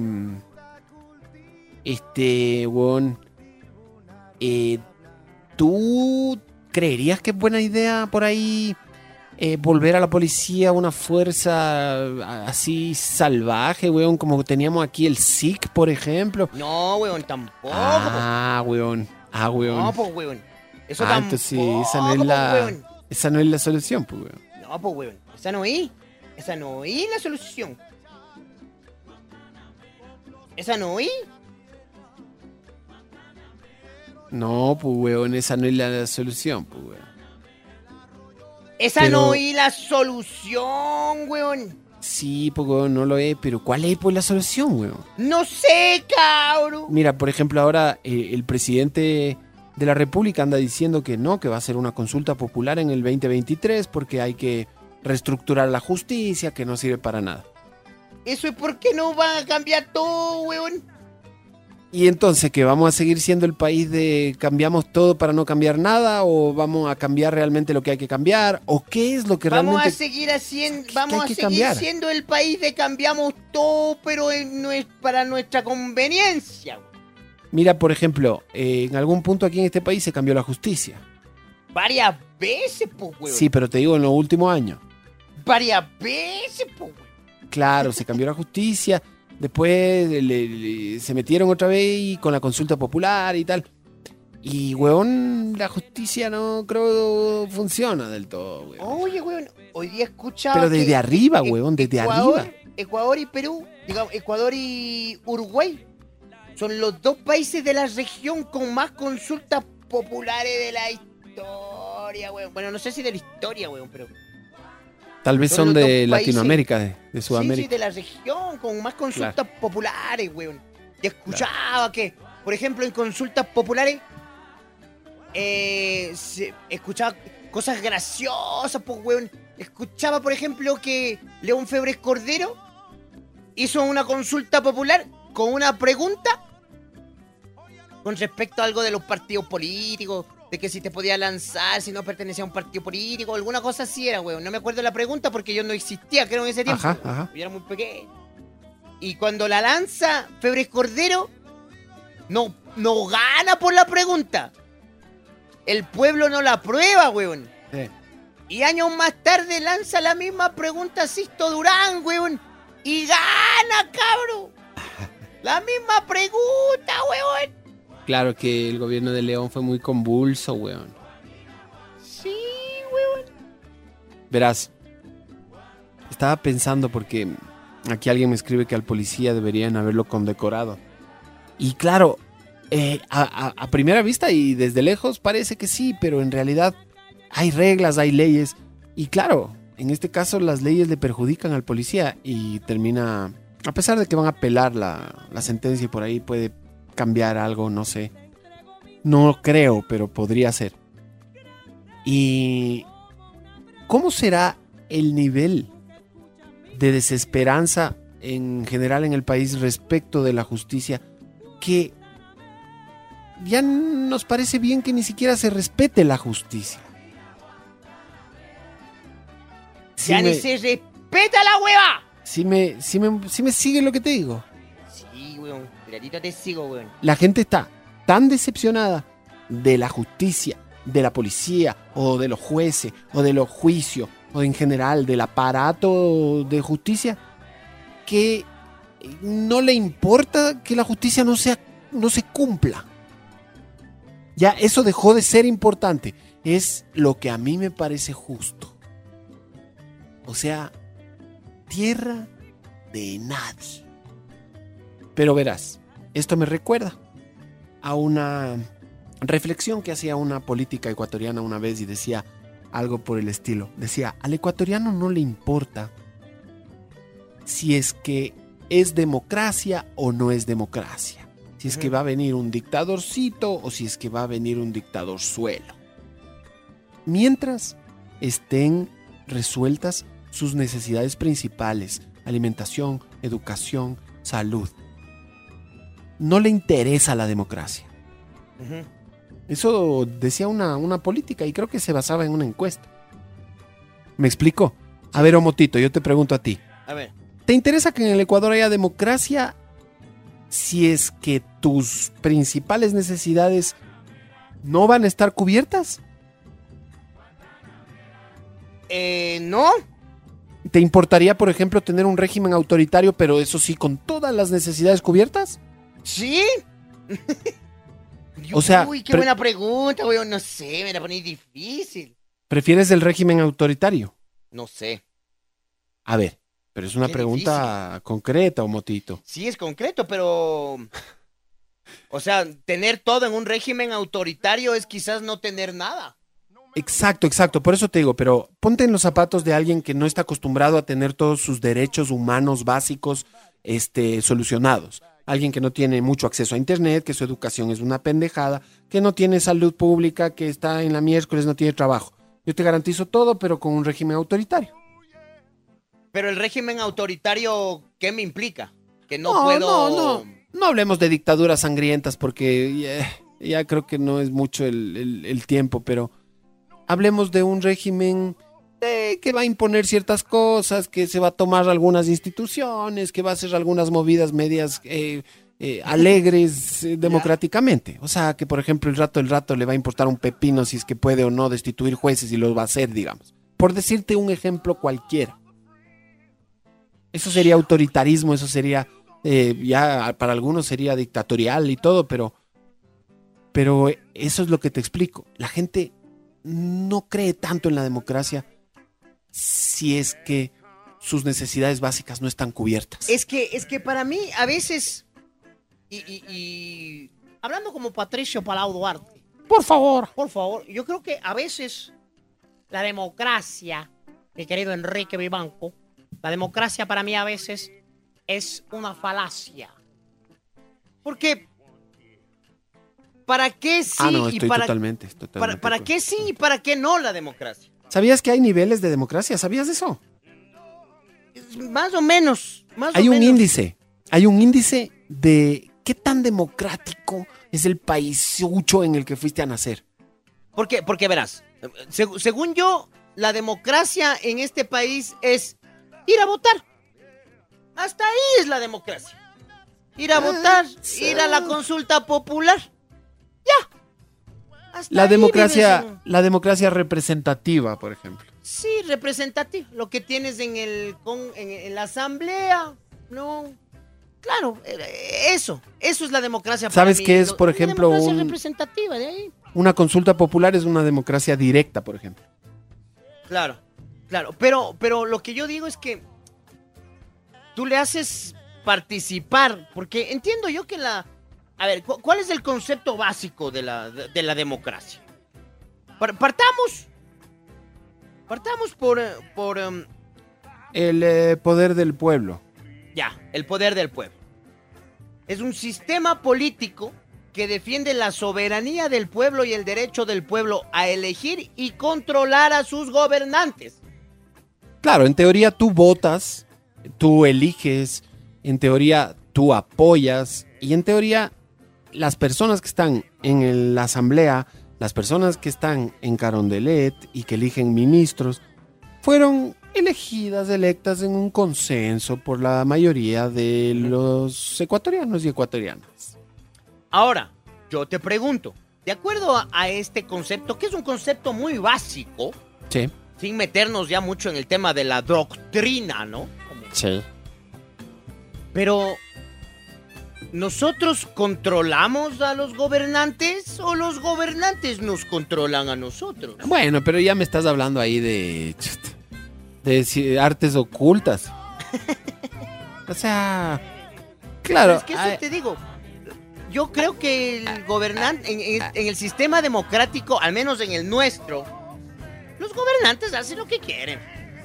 Este, weón, eh, ¿tú creerías que es buena idea por ahí eh, volver a la policía una fuerza así salvaje, weón, como teníamos aquí el S I C, por ejemplo? No, weón, tampoco. Ah, weón, ah, weón. No, pues, weón. Eso ah, tampoco, entonces sí, esa no es la, weón. Esa no es la solución, pues, weón. No, pues, weón, esa no es, esa no es la solución. Esa no es. No, pues, weón, esa no es la solución, pues, weón. Esa pero... no es la solución, weón. Sí, pues, weón, no lo es, pero ¿cuál es, pues, la solución, weón? No sé, cabrón. Mira, por ejemplo, ahora eh, el presidente de la República anda diciendo que no, que va a hacer una consulta popular en el veinte veintitrés porque hay que reestructurar la justicia, que no sirve para nada. Eso es porque no va a cambiar todo, weón. Y entonces, ¿qué? ¿Vamos a seguir siendo el país de cambiamos todo para no cambiar nada? ¿O vamos a cambiar realmente lo que hay que cambiar? ¿O qué es lo que vamos realmente a seguir haciendo, que vamos hay a que seguir cambiar? siendo el país de cambiamos todo, pero en nue- para nuestra conveniencia, güey. Mira, por ejemplo, eh, en algún punto aquí en este país se cambió la justicia. Varias veces, pues, güey. Sí, pero te digo, en los últimos años. Varias veces, pues, güey. Claro, se cambió la justicia. Después le- le- se metieron otra vez y con la consulta popular y tal. Y, weón, la justicia no creo funciona del todo, weón. Oye, weón, hoy día escuchaba Pero desde que arriba, E- weón, desde Ecuador, arriba. Ecuador y Perú, digamos, Ecuador y Uruguay son los dos países de la región con más consultas populares de la historia, weón. Bueno, no sé si de la historia, weón, pero... Tal vez son son los de dos países- Latinoamérica, de, de Sí, sí, Sudamérica. de la región con más consultas populares, weón. Y escuchaba que, por ejemplo, en consultas populares, eh, se escuchaba cosas graciosas, pues, weón. Escuchaba, por ejemplo, que León Febres Cordero hizo una consulta popular con una pregunta con respecto a algo de los partidos políticos, de que si te podía lanzar, si no pertenecía a un partido político, alguna cosa así era, weón. No me acuerdo la pregunta porque yo no existía, creo, en ese tiempo. Ajá, weón. ajá. Yo era muy pequeño. Y cuando la lanza Febres Cordero, no, no gana por la pregunta. El pueblo no la aprueba, weón. Sí. Y años más tarde lanza la misma pregunta Sisto Durán, weón. Y gana, cabro. La misma pregunta, weón. Claro que el gobierno de León fue muy convulso, weón. Sí, weón. Verás, estaba pensando porque aquí alguien me escribe que al policía deberían haberlo condecorado. Y claro, eh, a, a- a primera vista y desde lejos parece que sí, pero en realidad hay reglas, hay leyes. Y claro, en este caso las leyes le perjudican al policía y termina, a pesar de que van a apelar la, la sentencia y por ahí puede cambiar algo, no sé. No creo, pero podría ser. ¿Y cómo será el nivel de desesperanza en general en el país respecto de la justicia? Que ya nos parece bien que ni siquiera se respete la justicia. Sí Ya me, ni se respeta la hueva. sí me, sí me, sí me sigue lo que te digo. Sí, weón. Clarito te sigo, weón. La gente está tan decepcionada de la justicia, de la policía, o de los jueces, o de los juicios, o en general del aparato de justicia, que no le importa que la justicia no sea, no se cumpla. Ya eso dejó de ser importante. Es lo que a mí me parece justo. O sea, tierra de nadie. Pero verás, esto me recuerda a una reflexión que hacía una política ecuatoriana una vez y decía algo por el estilo. Decía, al ecuatoriano no le importa si es que es democracia o no es democracia. Si es que va a venir un dictadorcito o si es que va a venir un dictador suelo. Mientras estén resueltas sus necesidades principales, alimentación, educación, salud. No le interesa la democracia. Ujú. Eso decía una, una política y creo que se basaba en una encuesta. ¿Me explico? A ver, Omotito, yo te pregunto a ti. A ver. ¿Te interesa que en el Ecuador haya democracia si es que tus principales necesidades no van a estar cubiertas? Eh, ¿no? ¿Te importaría, por ejemplo, tener un régimen autoritario, pero eso sí, con todas las necesidades cubiertas? ¿Sí? O sea, Uy, qué pre- buena pregunta, weón. No sé, me la ponéis difícil. ¿Prefieres el régimen autoritario? No sé. A ver, pero es una Qué pregunta concreta, Omotito. Sí, es concreto, pero... O sea, tener todo en un régimen autoritario es quizás no tener nada. Exacto, exacto. Por eso te digo, pero ponte en los zapatos de alguien que no está acostumbrado a tener todos sus derechos humanos básicos este, solucionados. Alguien que no tiene mucho acceso a internet, que su educación es una pendejada, que no tiene salud pública, que está en la miércoles, no tiene trabajo. Yo te garantizo todo, pero con un régimen autoritario. Pero el régimen autoritario, ¿qué me implica? Que no, No, puedo... no, no. no hablemos de dictaduras sangrientas porque ya, ya creo que no es mucho el, el, el tiempo, pero hablemos de un régimen eh, que va a imponer ciertas cosas, que se va a tomar algunas instituciones, que va a hacer algunas movidas medias eh, eh, alegres eh, democráticamente. O sea, que por ejemplo el rato el rato le va a importar un pepino si es que puede o no destituir jueces y los va a hacer, digamos. Por decirte un ejemplo cualquiera. Eso sería autoritarismo, eso sería, eh, ya para algunos sería dictatorial y todo, pero, pero eso es lo que te explico. La gente no cree tanto en la democracia si es que sus necesidades básicas no están cubiertas. Es que, es que para mí, a veces, y, y, y hablando como Patricio Palau Duarte, Por favor. por favor, yo creo que a veces la democracia, mi querido Enrique Vivanco, la democracia para mí a veces es una falacia. Porque, ¿para qué sí ah, no, y estoy para, totalmente, totalmente para, para qué sí y para qué no la democracia? ¿Sabías que hay niveles de democracia? ¿Sabías de eso? Más o menos. Más Hay o un menos. índice, hay un índice de qué tan democrático es el paisucho en el que fuiste a nacer. ¿Por qué? Porque verás, seg- según yo, la democracia en este país es ir a votar. Hasta ahí es la democracia. Ir a votar, ir a la consulta popular. Ya. Hasta La ahí democracia, vives en- la democracia representativa, por ejemplo. Sí, representativo. Lo que tienes en el con, en, en la asamblea, no. Claro, eh, eso, eso es la democracia. para ¿Sabes mí. qué es, Lo- por una ejemplo, democracia un- representativa de ahí. Una consulta popular es una democracia directa, por ejemplo. Claro, claro, pero, pero lo que yo digo es que tú le haces participar, porque entiendo yo que la... A ver, ¿cu- ¿cuál es el concepto básico de la, de, de la democracia? Par- Partamos, partamos por, eh, por em, El eh, poder del pueblo. ya, el poder del pueblo. Es un sistema político que defiende la soberanía del pueblo y el derecho del pueblo a elegir y controlar a sus gobernantes. Claro, en teoría tú votas, tú eliges, en teoría tú apoyas y en teoría las personas que están en el- la asamblea, las personas que están en Carondelet y que eligen ministros, fueron elegidas, electas en un consenso por la mayoría de los ecuatorianos y ecuatorianas. Ahora, yo te pregunto, de acuerdo a, a este concepto, que es un concepto muy básico, Sí, sin meternos ya mucho en el tema de la doctrina, ¿no? Como- sí. Pero, ¿nosotros controlamos a los gobernantes o los gobernantes nos controlan a nosotros? Bueno, pero ya me estás hablando ahí de, de si- artes ocultas. O sea, claro. Es que eso ay, te digo. Yo creo que el gobernante, en, en- en el sistema democrático, al menos en el nuestro, los gobernantes hacen lo que quieren.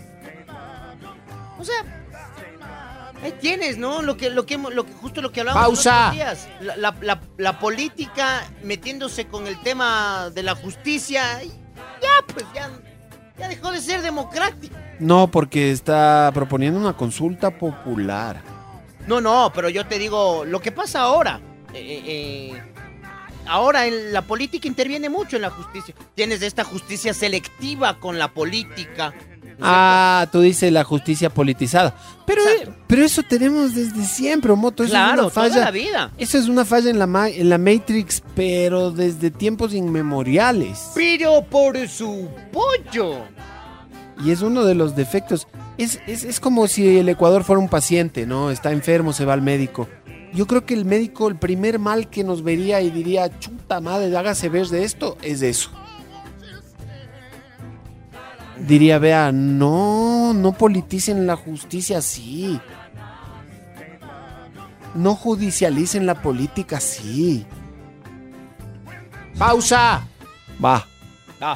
O sea, ahí tienes, ¿no? Lo que, lo que, hemos- lo que, justo lo que hablábamos los ¡Pausa! otros días. La, la- la- la política metiéndose con el tema de la justicia, y ya, pues, ya, ya dejó de ser democrático. No, porque está proponiendo una consulta popular. No, no, pero yo te digo, lo que pasa ahora, eh, eh, eh, ahora en la política interviene mucho en la justicia. Tienes esta justicia selectiva con la política. ¿no es Ah, tú dices la justicia politizada. Pero, Exacto. eh, pero eso tenemos desde siempre, Moto. Eso Claro, es una toda falla. la vida. Eso es una falla en la, ma- en la Matrix, pero desde tiempos inmemoriales. Pero por su pollo. Y es uno de los defectos. Es, es, es como si el Ecuador fuera un paciente, ¿no? Está enfermo, se va al médico. Yo creo que el médico, el primer mal que nos vería y diría, chuta madre, hágase ver de esto, es eso. Diría, vea, no, no politicen la justicia así. No judicialicen la política así. ¡Pausa! Va. Ah,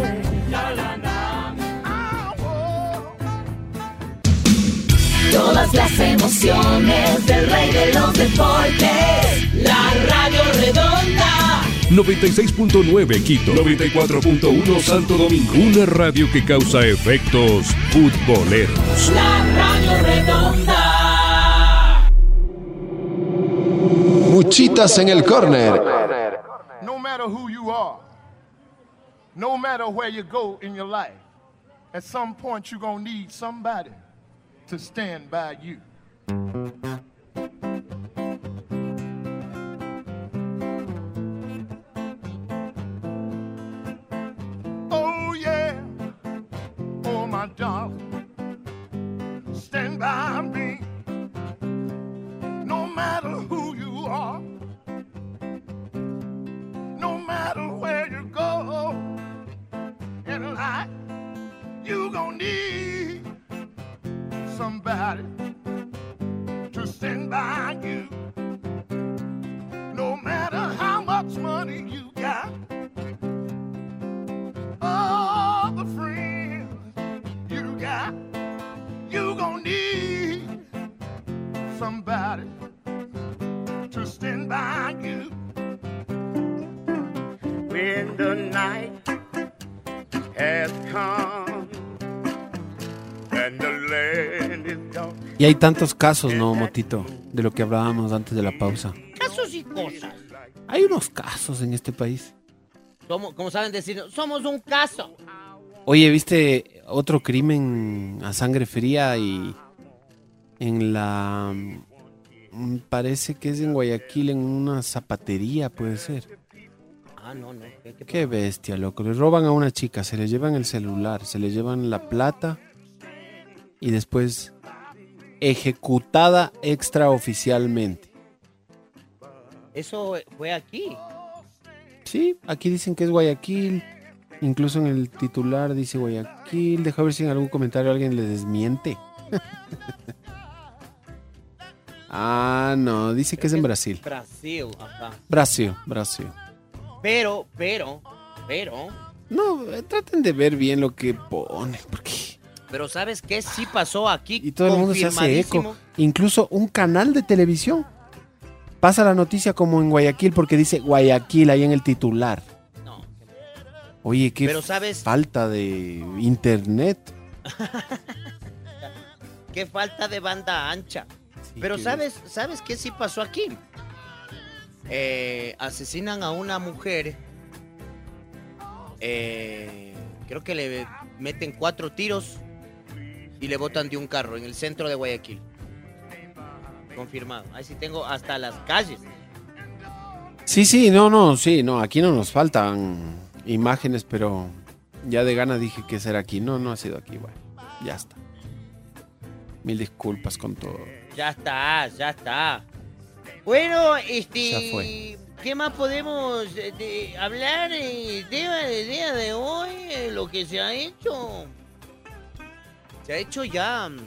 Todas Somos las emociones del rey de los deportes. La Radio Redonda. noventa y seis punto nueve Quito, noventa y cuatro punto uno Santo Domingo. Una radio que causa efectos futboleros. La Radio Redonda. Muchitas en el córner. No matter who you are, no matter where you go in your life, at some point you're gonna need somebody to stand by you. Oh yeah, oh my darling, stand by me. No matter who you are, no matter where you go in life, you gon' need somebody to stand by you. No matter how much money you got, all the friends you got, you gon' need somebody to stand by you. When the night has come and the land is dark. Y hay tantos casos, ¿no, Motito? De lo que hablábamos antes de la pausa. Casos y cosas. Hay unos casos en este país. Somos, como saben decir, somos un caso. Oye, ¿viste otro crimen a sangre fría y en la... parece que es en Guayaquil, en una zapatería, puede ser? Ah, no, no. ¿Qué, qué Qué bestia, loco. Le roban a una chica, se le llevan el celular, se le llevan la plata y después ejecutada extraoficialmente. ¿Eso fue aquí? Sí, aquí dicen que es Guayaquil. Incluso en el titular dice Guayaquil. Deja ver si en algún comentario alguien le desmiente. Ah, no, dice que es en Brasil. Brasil, ajá. Brasil, Brasil. Pero, pero, pero... No, eh, traten de ver bien lo que pone, porque... Pero ¿sabes qué? Sí pasó aquí. Y todo el mundo se hace eco. Incluso un canal de televisión pasa la noticia como en Guayaquil porque dice Guayaquil ahí en el titular. No. Oye, qué Pero, ¿sabes? falta de internet. Qué falta de banda ancha. Sí, Pero que- ¿sabes, ¿sabes qué sí pasó aquí? Eh, asesinan a una mujer. Eh, creo que le meten cuatro tiros y le botan de un carro en el centro de Guayaquil. Confirmado. Ahí sí tengo hasta las calles. Sí, sí, no, no, sí, no, aquí no nos faltan imágenes, pero ya de gana dije que será aquí. No, no ha sido aquí, bueno, ya está. Mil disculpas con todo. Ya está, ya está. Bueno, este... Ya fue. ¿Qué más podemos eh, de, hablar eh, tema del día de hoy? Eh, lo que se ha hecho. Se ha hecho ya... mm,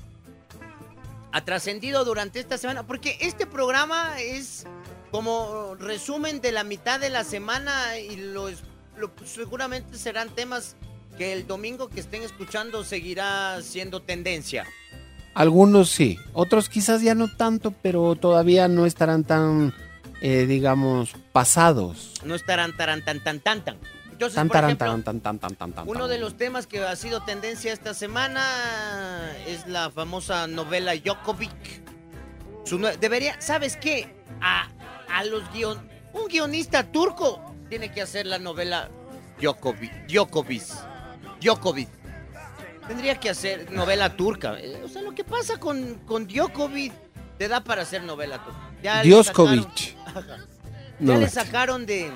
Ha trascendido durante esta semana. Porque este programa es como resumen de la mitad de la semana y los, lo, seguramente serán temas que el domingo que estén escuchando seguirá siendo tendencia. Algunos sí, otros quizás ya no tanto, pero todavía no estarán tan, eh, digamos, pasados. No estarán taran tan tan tan tan. Entonces, Tan, por taran, ejemplo, taran, tan, tan, tan, tan, tan, uno tan. de los temas que ha sido tendencia esta semana es la famosa novela Djokovic. Su nue- debería, ¿sabes qué? A, a los guion, un guionista turco tiene que hacer la novela Djokovic, Djokovic, Djokovic. Tendría que hacer novela turca. Eh, O sea, lo que pasa con, con Djokovic te da para hacer novela turca. Ya le Djokovic. sacaron- Ajá. No, Ya le bestia. sacaron de,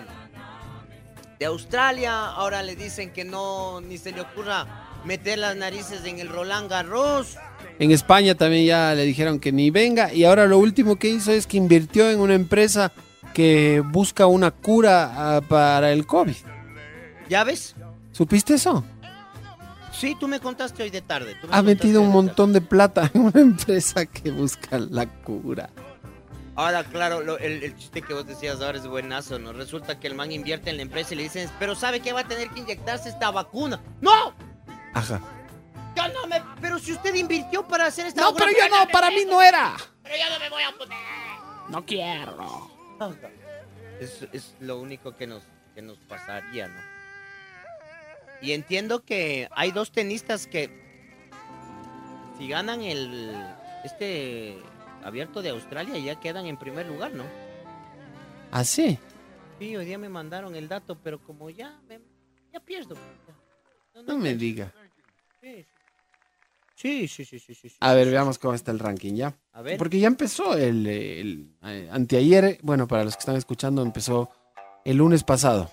de Australia, ahora le dicen que no, ni se le ocurra meter las narices en el Roland Garros. En España también ya le dijeron que ni venga y ahora lo último que hizo es que invirtió en una empresa que busca una cura ah, para el COVID. ¿Ya ves? ¿Supiste eso? Sí, tú me contaste hoy de tarde. tú me Ha contaste metido un hoy de montón de plata en una empresa que busca la cura. tarde. Ahora, claro, lo- el, el chiste que vos decías ahora es buenazo, ¿no? Resulta que el man invierte en la empresa y le dicen, pero ¿sabe que va a tener que inyectarse esta vacuna? ¡No! Ajá. Yo no me... Pero si usted invirtió para hacer esta... No, pero yo no, para mí no era. Pero yo no me voy a poner. No quiero. Es, es lo único que nos, que nos pasaría, ¿no? Y entiendo que hay dos tenistas que si ganan el este abierto de Australia ya quedan en primer lugar, ¿no? ¿Ah, sí? Sí, hoy día me mandaron el dato, pero como ya me, ya pierdo. No, no me diga. Sí, sí, sí, sí, sí, sí. A ver, veamos cómo está el ranking ya. A ver. Porque ya empezó el, el, el anteayer, bueno, para los que están escuchando, empezó el lunes pasado.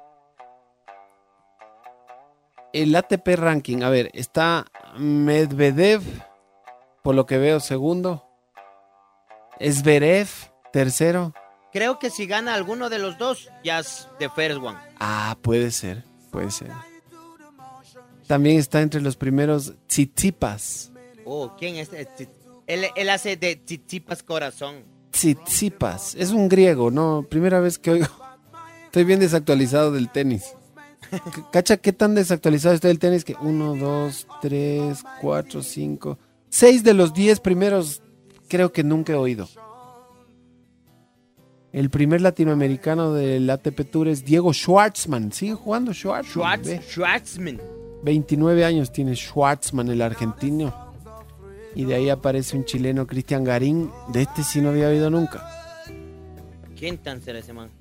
El A T P ranking, a ver, está Medvedev, por lo que veo, segundo. Zverev, tercero. Creo que si gana alguno de los dos, ya es the first one. Ah, puede ser, puede ser. También está entre los primeros Tsitsipas. Oh, ¿quién es? Él, él hace de Tsitsipas corazón. Tsitsipas, es un griego, ¿no? Primera vez que oigo. Estoy bien desactualizado del tenis. ¿Cacha qué tan desactualizado está el tenis? Que uno, dos, tres, cuatro, cinco, seis de los diez primeros creo que nunca he oído. El primer latinoamericano del A T P Tour es Diego Schwartzman. ¿Sigue jugando Schwartzman? Schwartz, Schwartzman. veintinueve años tiene Schwartzman, el argentino. Y de ahí aparece un chileno, Cristian Garín. De este sí no había oído nunca. ¿Quién tan será ese man?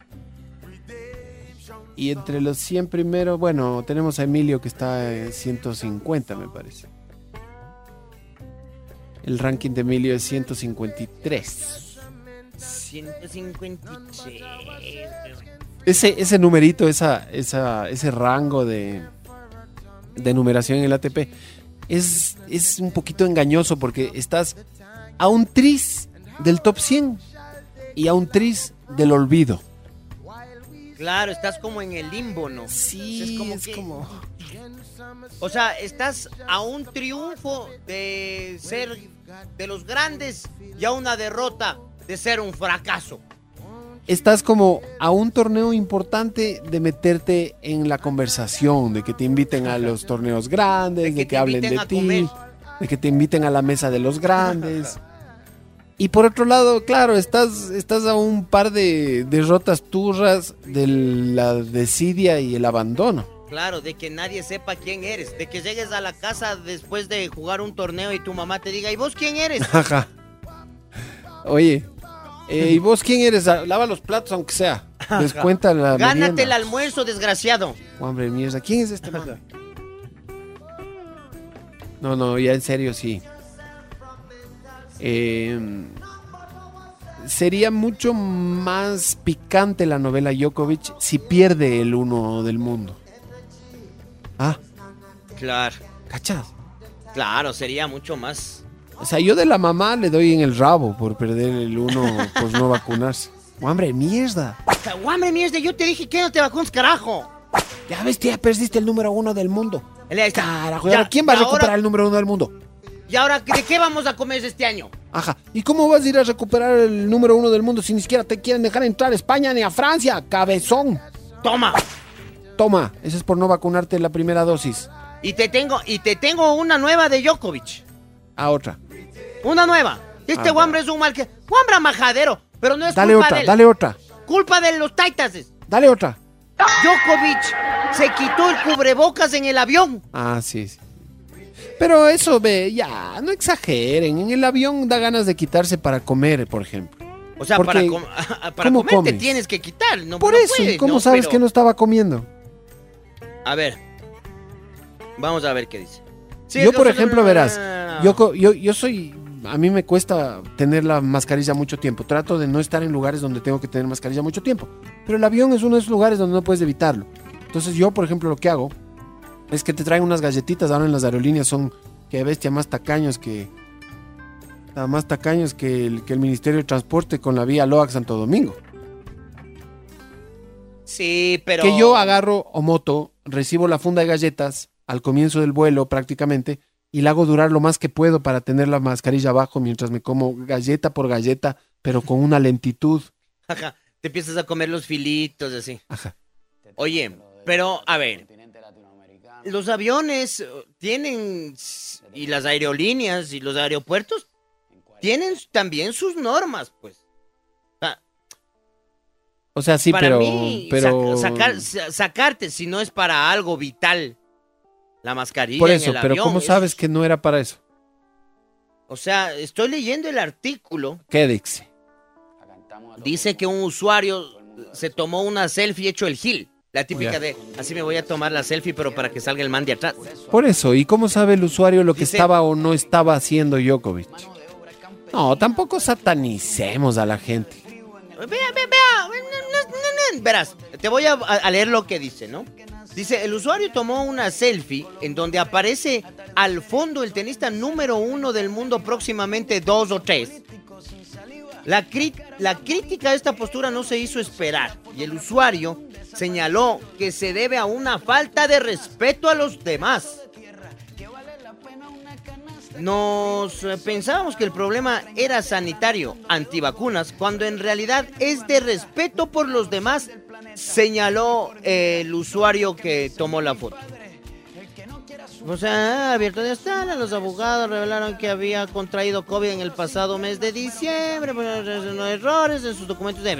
Y entre los cien primeros, bueno, tenemos a Emilio que está en ciento cincuenta, me parece. El ranking de Emilio es ciento cincuenta y tres. ciento cincuenta y tres. Ese, ese numerito, esa, esa, ese rango de, de numeración en el A T P es, es un poquito engañoso porque estás a un tris del top cien y a un tris del olvido. Claro, estás como en el limbo, ¿no? Sí, es como... es que... como... O sea, estás a un triunfo de ser de los grandes y a una derrota de ser un fracaso. Estás como a un torneo importante de meterte en la conversación, de que te inviten a los torneos grandes, de que, de que hablen de ti, comer. De que te inviten a la mesa de los grandes. Y por otro lado, claro, estás, estás a un par de derrotas turras de la desidia y el abandono. Claro, de que nadie sepa quién eres, de que llegues a la casa después de jugar un torneo y tu mamá te diga, ¿y vos quién eres? Ajá. Oye, eh, ¿y vos quién eres? Lava los platos aunque sea. Descuenta la Gánate merienda. el almuerzo, desgraciado. Hombre, mierda, ¿quién es este man? No, no, ya en serio, sí. Eh, sería mucho más picante la novela Djokovic si pierde el uno del mundo. Ah, claro. ¿Cachas? Claro, sería mucho más. O sea, yo de la mamá le doy en el rabo por perder el uno por no vacunarse. ¡Hombre, mierda! ¡Hombre, mierda! Yo te dije que no te vacunas, carajo. Ya ves, ya perdiste el número uno del mundo. Carajo, ya, ¿quién va a recuperar ahora... el número uno del mundo? ¿Y ahora de qué vamos a comer este año? Ajá. ¿Y cómo vas a ir a recuperar el número uno del mundo si ni siquiera te quieren dejar entrar a España ni a Francia, cabezón? Toma. Toma, eso es por no vacunarte la primera dosis. Y te tengo, y te tengo una nueva de Djokovic. A otra. Una nueva. Este hombre es un mal que... Hombre majadero, pero no es dale culpa otra, de él. Dale otra, Culpa de los Titanes. Dale otra. Djokovic se quitó el cubrebocas en el avión. Ah, sí, sí. Pero eso, ve, ya, no exageren. En el avión da ganas de quitarse para comer, por ejemplo. O sea, Porque, para, com para ¿cómo comer comes? te tienes que quitar. No, por no eso, puedes, ¿cómo no, sabes pero... que no estaba comiendo? A ver. Vamos a ver qué dice. Sí, yo, por ejemplo, no, verás, no, no. yo, yo, yo soy... A mí me cuesta tener la mascarilla mucho tiempo. Trato de no estar en lugares donde tengo que tener mascarilla mucho tiempo. Pero el avión es uno de esos lugares donde no puedes evitarlo. Entonces yo, por ejemplo, lo que hago es que te traen unas galletitas. Ahora en las aerolíneas son, que bestia, más tacaños que... Más tacaños que el, que el Ministerio de Transporte con la vía Loac Santo Domingo. Sí, pero... Que yo agarro o moto, recibo la funda de galletas al comienzo del vuelo prácticamente y la hago durar lo más que puedo para tener la mascarilla abajo mientras me como galleta por galleta, pero con una lentitud. Ajá, te empiezas a comer los filitos así. Ajá. Oye, pero a ver, los aviones tienen, y las aerolíneas y los aeropuertos tienen también sus normas, pues. O sea, sí, para pero... mí, pero... sac- sacar, sa- sacarte si no es para algo vital, la mascarilla Por en eso, el pero avión, ¿cómo eso sabes es- que no era para eso? O sea, estoy leyendo el artículo. ¿Qué dice? Dice que un usuario se tomó una selfie hecho el gil. La típica Ya. de, así me voy a tomar la selfie, pero para que salga el man de atrás. Por eso, ¿y cómo sabe el usuario lo que Dice- estaba o no estaba haciendo Djokovic? No, tampoco satanicemos a la gente. Vea, vea, vea. No, no, no, verás, te voy a, a leer lo que dice, ¿no? Dice, el usuario tomó una selfie en donde aparece al fondo el tenista número uno del mundo, próximamente dos o tres. La, cri- la crítica a esta postura no se hizo esperar y el usuario señaló que se debe a una falta de respeto a los demás. Nos eh, pensábamos que el problema era sanitario, antivacunas, cuando en realidad es de respeto por los demás, señaló eh, el usuario que tomó la foto. O sea, abierto de estar, los abogados revelaron que había contraído COVID en el pasado mes de diciembre, por errores en sus documentos de...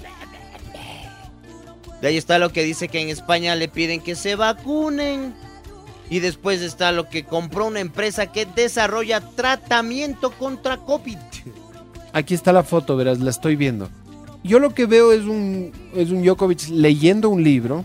De ahí está lo que dice que en España le piden que se vacunen. Y después está lo que compró una empresa que desarrolla tratamiento contra COVID. Aquí está la foto, verás, la estoy viendo. Yo lo que veo es un, es un Djokovic leyendo un libro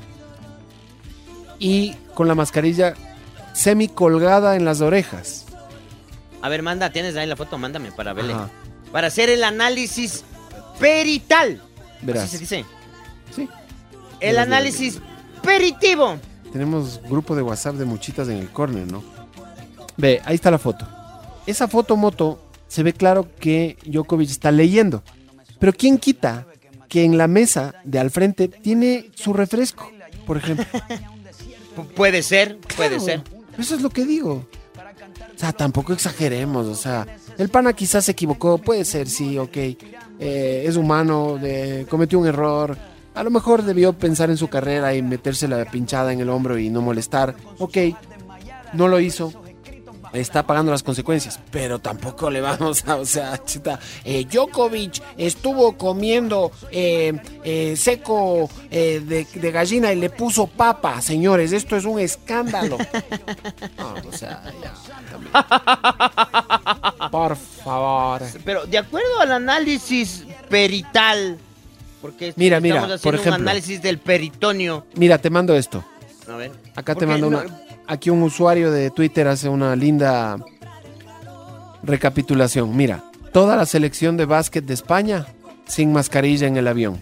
y con la mascarilla semi colgada en las orejas. A ver, manda, tienes ahí la foto, mándame para verle. Ajá. Para hacer el análisis perital. Verás. Así se dice. Sí. El Verás, análisis peritivo. Tenemos grupo de WhatsApp de muchitas en el corner, ¿no? Ve, ahí está la foto. Esa foto moto se ve claro que Djokovic está leyendo. Pero ¿quién quita que en la mesa de al frente tiene su refresco, por ejemplo? Pu- puede ser, puede Claro, ser. Eso es lo que digo. O sea, tampoco exageremos. O sea, el pana quizás se equivocó. Puede ser, sí, ok. Eh, es humano, de- cometió un error. A lo mejor debió pensar en su carrera y meterse la pinchada en el hombro y no molestar. Ok, no lo hizo. Está pagando las consecuencias. Pero tampoco le vamos a, o sea, chuta, eh, Djokovic estuvo comiendo eh, eh, seco eh, de, de gallina y le puso papa. Señores, esto es un escándalo. No, o sea, ya. también. Por favor. Pero de acuerdo al análisis perital, porque Mira, estamos mira, haciendo por un ejemplo. análisis del peritonio. Mira, te mando esto. A ver. Acá te Porque mando no- una. Aquí un usuario de Twitter hace una linda recapitulación. Mira, toda la selección de básquet de España sin mascarilla en el avión.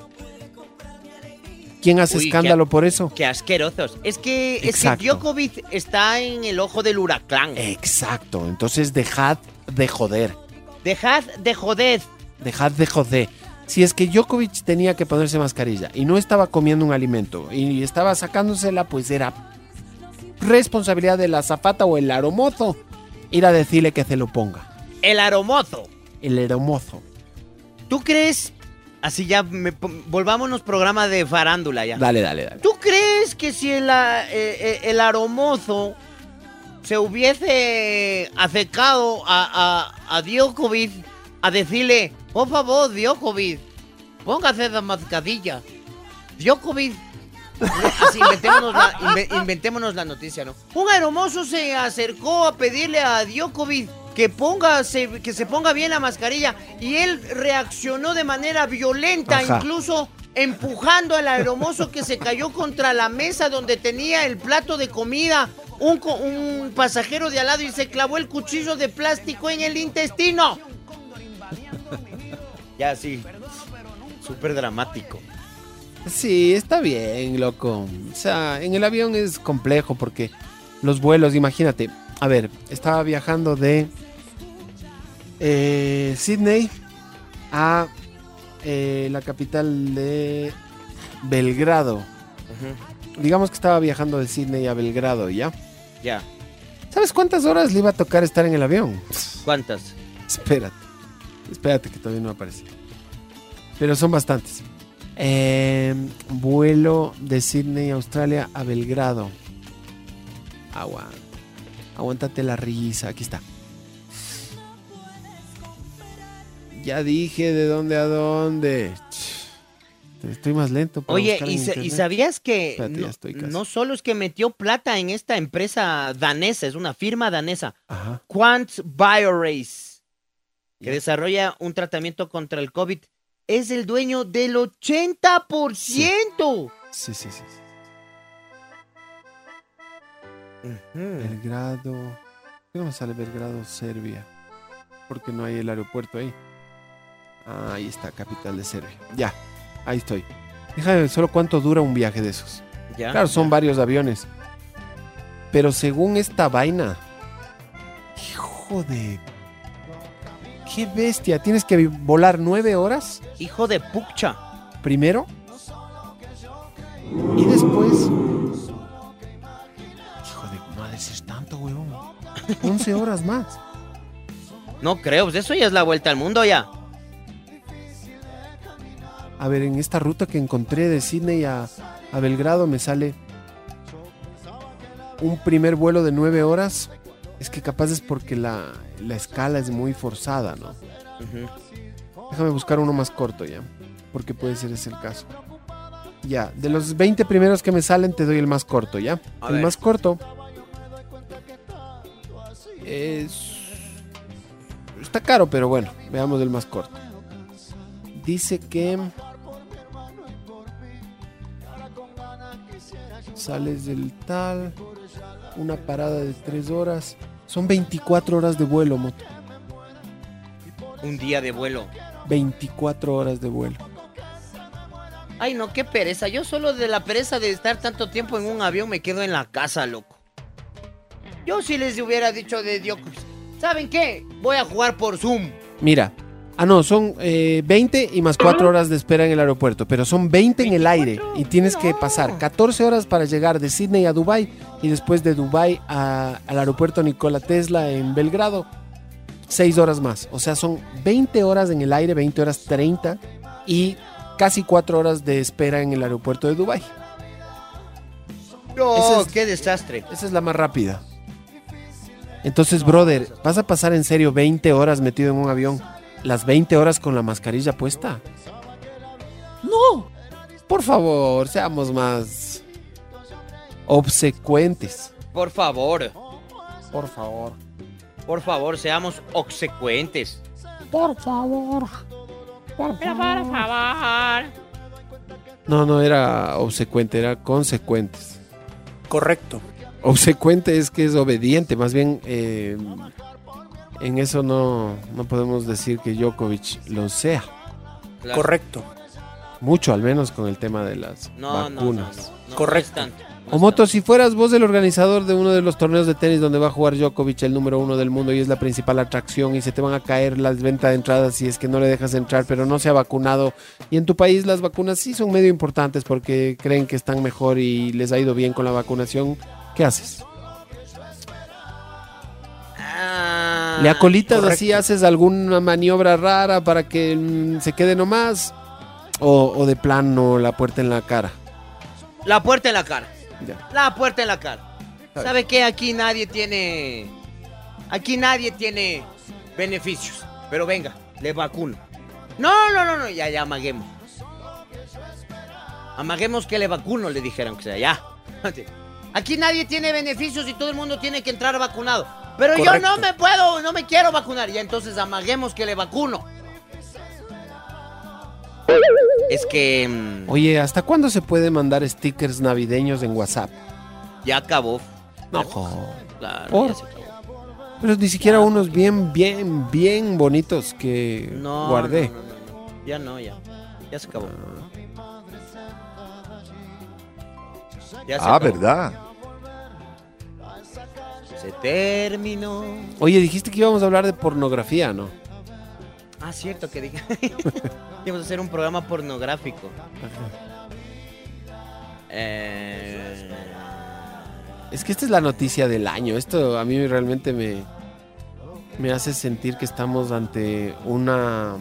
¿Quién hace Uy, escándalo qué- por eso? Qué asquerosos. Es que, es que Exacto. Djokovic está en el ojo del huracán. Exacto. Entonces dejad de joder. Dejad de joder. Dejad de joder. Si es que Djokovic tenía que ponerse mascarilla y no estaba comiendo un alimento y estaba sacándosela, pues era responsabilidad de la azafata o el aromozo ir a decirle que se lo ponga. El aromozo. El aromozo. ¿Tú crees? Así ya, me, volvámonos programa de farándula ya. Dale, dale, dale. ¿Tú crees que si el, a- eh, eh, el aromozo se hubiese acercado a, a, a Djokovic a decirle, por favor, Djokovic, póngase la mascarilla? Djokovic, así inventémonos la, inve- inventémonos la noticia, ¿no? Un aromoso se acercó a pedirle a Djokovic que ponga, se, que se ponga bien la mascarilla y él reaccionó de manera violenta, Ajá. incluso empujando al aeromozo que se cayó contra la mesa donde tenía el plato de comida, un, co- un pasajero de al lado, y se clavó el cuchillo de plástico en el intestino. Ya sí, súper dramático. Sí, está bien, loco. O sea, en el avión es complejo porque los vuelos, imagínate. A ver, estaba viajando de eh, Sydney a eh, la capital de Belgrado. Digamos que estaba viajando de Sydney a Belgrado, ¿ya? Ya, ¿Sabes cuántas horas le iba a tocar estar en el avión? ¿cuántas? Espérate. Espérate que todavía no aparece. Pero son bastantes. Eh, vuelo de Sydney, Australia a Belgrado. Aguanta. Aguántate la risa. Aquí está. Ya dije de dónde a dónde. Estoy más lento. Para Oye, buscar ¿y, en sa- ¿y internet. sabías que Espérate, ya no, estoy casi. no solo es que metió plata en esta empresa danesa, es una firma danesa, Ajá. Quant Biorace, que desarrolla un tratamiento contra el COVID, es el dueño del ochenta por ciento. Sí, sí, sí. sí. Ujú. Belgrado. ¿Por qué no me sale Belgrado, Serbia? Porque no hay el aeropuerto ahí. Ah, ahí está, capital de Serbia. Ya, ahí estoy. Déjame ver solo cuánto dura un viaje de esos. Ya, Claro, son ya. varios aviones. Pero según esta vaina, hijo de... ¡Qué bestia! Tienes que volar nueve horas Hijo de pucha. primero. Y después... Hijo de madre, si es tanto, huevón. once horas más. No creo, pues eso ya es la vuelta al mundo ya. A ver, en esta ruta que encontré de Sydney a, a Belgrado me sale un primer vuelo de nueve horas. Es que capaz es porque la, la escala es muy forzada, ¿no? Ujú. Déjame buscar uno más corto ya, porque puede ser ese el caso. Ya, de los veinte primeros que me salen te doy el más corto, ¿ya? A el ver. más corto es... Está caro, pero bueno, veamos el más corto. Dice que... Sales del tal, una parada de tres horas. Son veinticuatro horas de vuelo, moto. Un día de vuelo. veinticuatro horas de vuelo. Ay, no, qué pereza. Yo solo de la pereza de estar tanto tiempo en un avión me quedo en la casa, loco. Yo si les hubiera dicho de Dios, ¿saben qué? Voy a jugar por Zoom. Mira, ah no, son eh, veinte y más cuatro horas de espera en el aeropuerto, pero son veinte en el aire y tienes que pasar catorce horas para llegar de Sydney a Dubái y después de Dubái a- al aeropuerto Nikola Tesla en Belgrado, seis horas más. O sea, son veinte horas en el aire, veinte horas treinta y casi cuatro horas de espera en el aeropuerto de Dubái. No, Ese es- qué desastre. Esa es la más rápida. Entonces, brother, ¿vas a pasar en serio veinte horas metido en un avión? ¿Las veinte horas con la mascarilla puesta? No. Por favor, seamos más obsecuentes. Por favor, Por favor. por favor, seamos obsecuentes. Por favor. Por favor. Por favor. No, no era obsecuente, era consecuentes. Correcto. Obsecuente es que es obediente, más bien eh, en eso no, no podemos decir que Djokovic lo sea. Claro. Correcto. Mucho, al menos con el tema de las No, no, no, vacunas. no, no, Correcto. no es tanto, no O es Moto, tanto. si fueras vos el organizador de uno de los torneos de tenis donde va a jugar Djokovic, el número uno del mundo, y es la principal atracción, y se te van a caer las ventas de entradas si es que no le dejas entrar, pero no se ha vacunado, y en tu país las vacunas sí son medio importantes porque creen que están mejor y les ha ido bien con la vacunación, ¿qué haces? Ah, ¿Le acolitas correcto. así, haces alguna maniobra rara para que mm, se quede nomás? O, o de plano la puerta en la cara. La puerta en la cara. Ya. La puerta en la cara. ¿Sabe qué? Aquí nadie tiene... Aquí nadie tiene beneficios. Pero venga, le vacuno. No, no, no, no, ya, ya, amaguemos. Amaguemos que le vacuno, le dijeron que sea, ya. Aquí nadie tiene beneficios y todo el mundo tiene que entrar vacunado. Pero yo Correcto. no me puedo, no me quiero vacunar. Ya entonces amaguemos que le vacuno. Es que... mm, Oye, ¿hasta cuándo se puede mandar stickers navideños en WhatsApp? ya acabó. No, Claro, ¿Por? ya se acabó. pero ni siquiera unos bien, bien, bien bonitos que No, guardé. no, no, no, no. Ya no, ya. Ya se acabó. Ya se Ah, acabó. ¿verdad? Se terminó. Oye, dijiste que íbamos a hablar de pornografía, ¿no? Ah, cierto que dije. Íbamos a hacer un programa pornográfico. Eh... Es que esta es la noticia del año. Esto a mí realmente me, me hace sentir que estamos ante una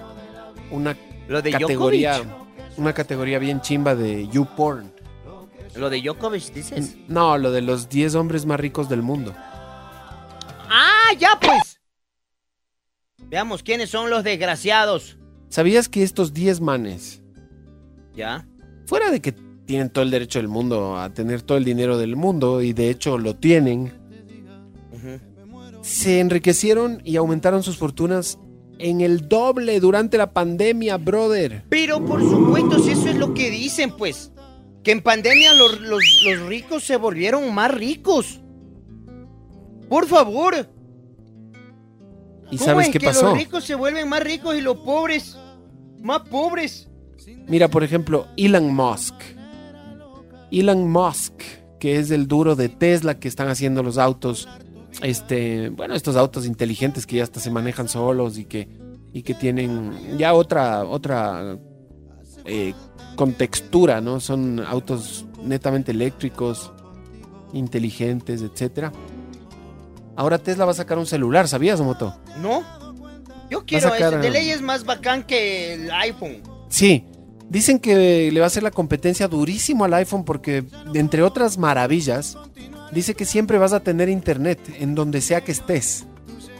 una Lo de categoría Djokovic. una categoría bien chimba de YouPorn. ¿Lo de Djokovic dices? No, lo de los diez hombres más ricos del mundo. ¡Ah, ya pues! Veamos quiénes son los desgraciados. ¿Sabías que estos diez manes, ¿Ya? fuera de que tienen todo el derecho del mundo a tener todo el dinero del mundo, y de hecho lo tienen, uh-huh. se enriquecieron y aumentaron sus fortunas en el doble durante la pandemia, brother? Pero por supuesto, si eso es lo que dicen, pues. Que en pandemia los, los, los ricos se volvieron más ricos. Por favor. ¿Y sabes qué pasó? Los ricos se vuelven más ricos y los pobres más pobres. Mira, por ejemplo, Elon Musk. Elon Musk, que es el duro de Tesla, que están haciendo los autos, este, bueno, estos autos inteligentes que ya hasta se manejan solos y que, y que tienen ya otra, otra eh, contextura, ¿no? Son autos netamente eléctricos, inteligentes, etcétera. Ahora Tesla va a sacar un celular, ¿sabías, Moto? No, yo quiero sacar, ese. De ley es más bacán que el iPhone. Sí, dicen que le va a hacer la competencia durísimo al iPhone porque, entre otras maravillas, dice que siempre vas a tener internet en donde sea que estés.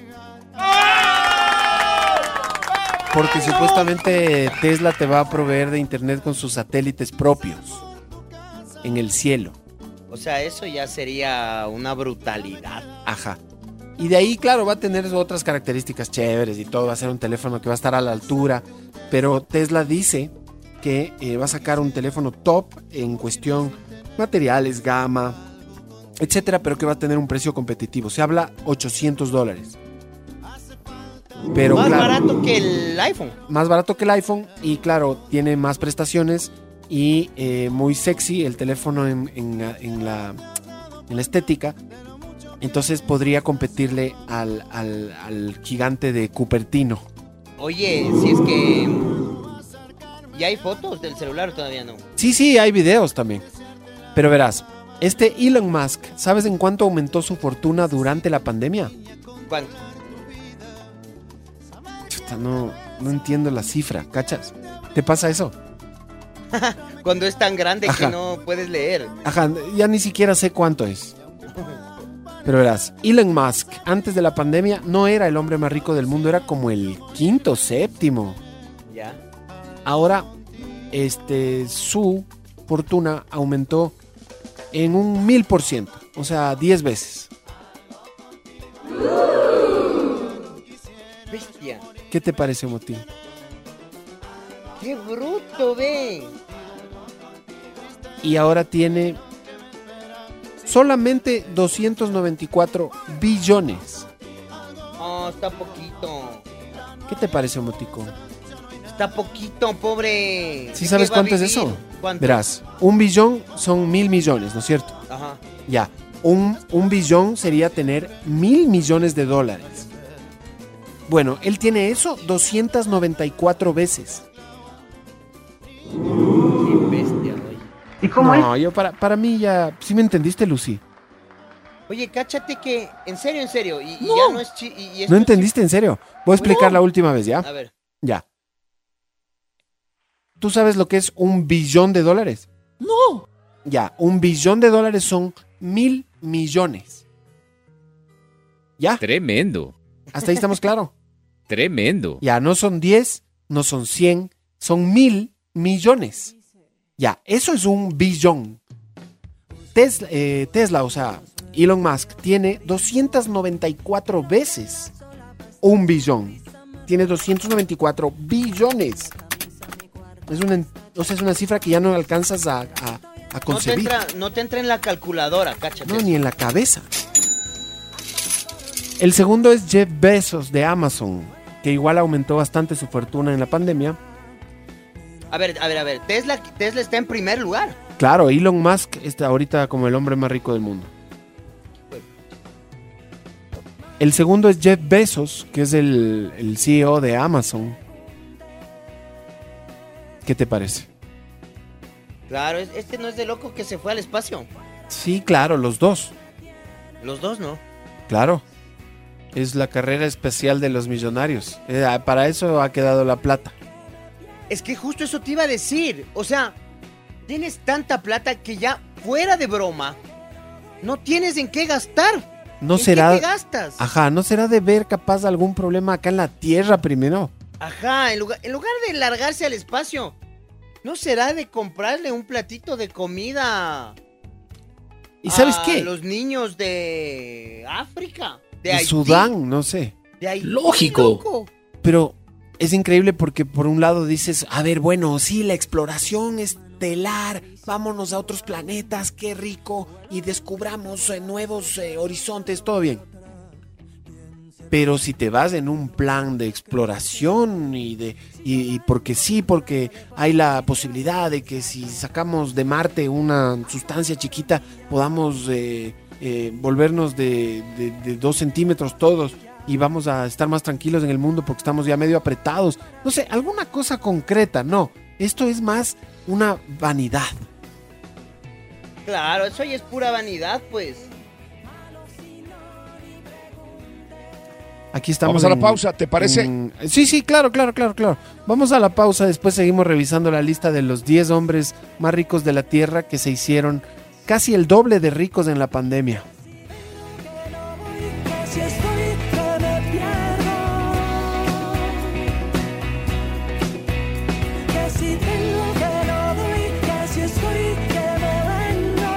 Porque supuestamente Tesla te va a proveer de internet con sus satélites propios en el cielo. O sea, eso ya sería una brutalidad. Ajá. Y de ahí, claro, va a tener otras características chéveres y todo. Va a ser un teléfono que va a estar a la altura. Pero Tesla dice que eh, va a sacar un teléfono top en cuestión materiales, gama, etcétera, pero que va a tener un precio competitivo. Se habla ochocientos dólares. Pero, más claro, barato que el iPhone. Más barato que el iPhone y, claro, tiene más prestaciones y eh, muy sexy el teléfono en, en, en, la, en la estética. Entonces podría competirle al, al, al gigante de Cupertino. Oye, si es que... ¿Ya hay fotos del celular? Todavía no. Sí, sí, hay videos también. Pero verás, este Elon Musk, ¿sabes en cuánto aumentó su fortuna durante la pandemia? ¿Cuánto? Chuta, no, no entiendo la cifra, ¿cachas? ¿Te pasa eso? Cuando es tan grande Ajá. que no puedes leer. Ajá, ya ni siquiera sé cuánto es. Pero verás, Elon Musk, antes de la pandemia, no era el hombre más rico del mundo, era como el quinto, séptimo. Ya. Ahora, este, su fortuna aumentó en un mil por ciento, o sea, diez veces. Bestia. ¿Qué te parece, Motín? ¡Qué bruto, ve! Y ahora tiene solamente doscientos noventa y cuatro billones. Oh, está poquito. ¿Qué te parece, Motico? Está poquito, pobre. ¿Sí sabes cuánto es eso? ¿Cuánto? Verás, un billón son mil millones, ¿no es cierto? Ajá. Ya, un, un billón sería tener mil millones de dólares. Bueno, él tiene eso doscientas noventa y cuatro veces. Qué bestia, oye. ¿Y cómo no, es? yo para, para mí ya... ¿Sí me entendiste, Lucy? Oye, cáchate que... En serio, en serio. Y, y No. ya no es... Chi y, y esto ¿No es entendiste en serio? Voy a explicar la última vez, ¿ya? chi- A ver. Ya. ¿Tú sabes lo que es un billón de dólares? No. Ya, un billón de dólares son mil millones. ¿Ya? Tremendo. Hasta ahí estamos claros. Tremendo. Ya, no son diez, no son cien, son mil millones. Ya, eso es un billón. Tesla, eh, Tesla, o sea, Elon Musk, tiene doscientas noventa y cuatro veces un billón. Tiene doscientos noventa y cuatro billones. Es una, o sea, es una cifra que ya no alcanzas a, a, a No te, concebir. entra, no te entra en la calculadora, cáchate. No, ni en la cabeza. El segundo es Jeff Bezos de Amazon, que igual aumentó bastante su fortuna en la pandemia. A ver, a ver, a ver. Tesla, Tesla está en primer lugar. Claro, Elon Musk está ahorita como el hombre más rico del mundo. El segundo es Jeff Bezos, que es el, el C E O de Amazon. ¿Qué te parece? Claro, es- este no es de loco que se fue al espacio. Sí, claro, los dos. Los dos, ¿no? Claro. Es la carrera especial de los millonarios. Eh, para eso ha quedado la plata. Es que justo eso te iba a decir. O sea, tienes tanta plata que ya fuera de broma, no tienes en qué gastar. No ¿En será. qué te gastas? Ajá, ¿no será de ver capaz algún problema acá en la Tierra primero? Ajá, en lugar, en lugar de largarse al espacio, ¿no será de comprarle un platito de comida? ¿Y sabes a qué? los niños de África, de, De Haití, Sudán, no sé. de Haití, Lógico. loco. Pero es increíble porque por un lado dices, a ver, bueno, sí, la exploración estelar, vámonos a otros planetas, qué rico, y descubramos eh, nuevos eh, horizontes, todo bien. Pero si te vas en un plan de exploración y de y, y porque sí, porque hay la posibilidad de que si sacamos de Marte una sustancia chiquita podamos eh, eh, volvernos de, de, de dos centímetros todos y vamos a estar más tranquilos en el mundo porque estamos ya medio apretados. No sé, alguna cosa concreta, no. Esto es más una vanidad. Claro, eso ya es pura vanidad, pues. Aquí estamos. Vamos a la en- pausa, ¿te parece? en- Sí, sí, claro, claro, claro, claro. Vamos a la pausa, después seguimos revisando la lista de los diez hombres más ricos de la Tierra que se hicieron casi el doble de ricos en la pandemia. Si estoy que me pierdo, que si tengo que lo doy, que si estoy que me vendo.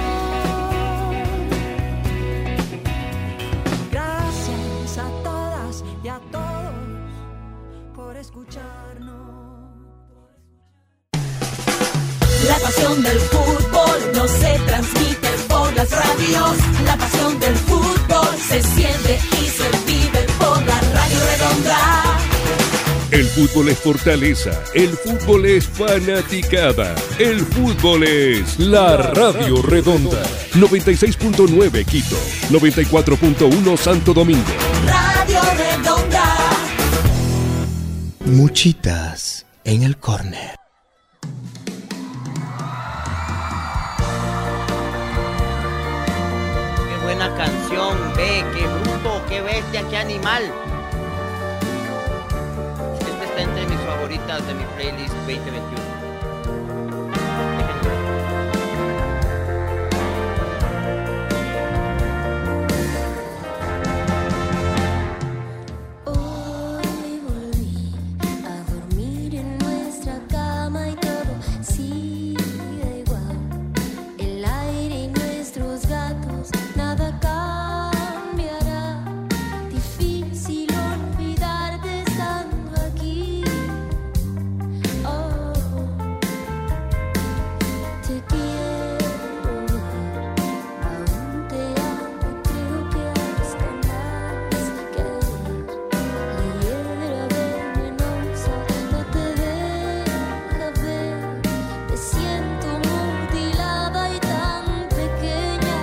Gracias a todas y a todos por escucharnos. La pasión del fútbol no se transmite por las radios. La pasión del fútbol se siente y se vive por la Radio Redonda. El fútbol es fortaleza, el fútbol es fanaticada, el fútbol es la Radio Redonda. noventa y seis punto nueve Quito, noventa y cuatro punto uno Santo Domingo. Radio Redonda. Muchitas en el córner. Qué buena canción, ve, qué bruto, qué bestia, qué animal. Esta está entre mis favoritas de mi playlist veinte veintiuno. Hoy volví a dormir en nuestra cama y todo sigue igual. El aire y nuestros gatos, nada cambiará. Difícil olvidarte estando aquí. Oh, te quiero ver, aún te amo, creo que hasta más querer. La hiedra venenosa no te deja ver. Me siento mutilada y tan pequeña.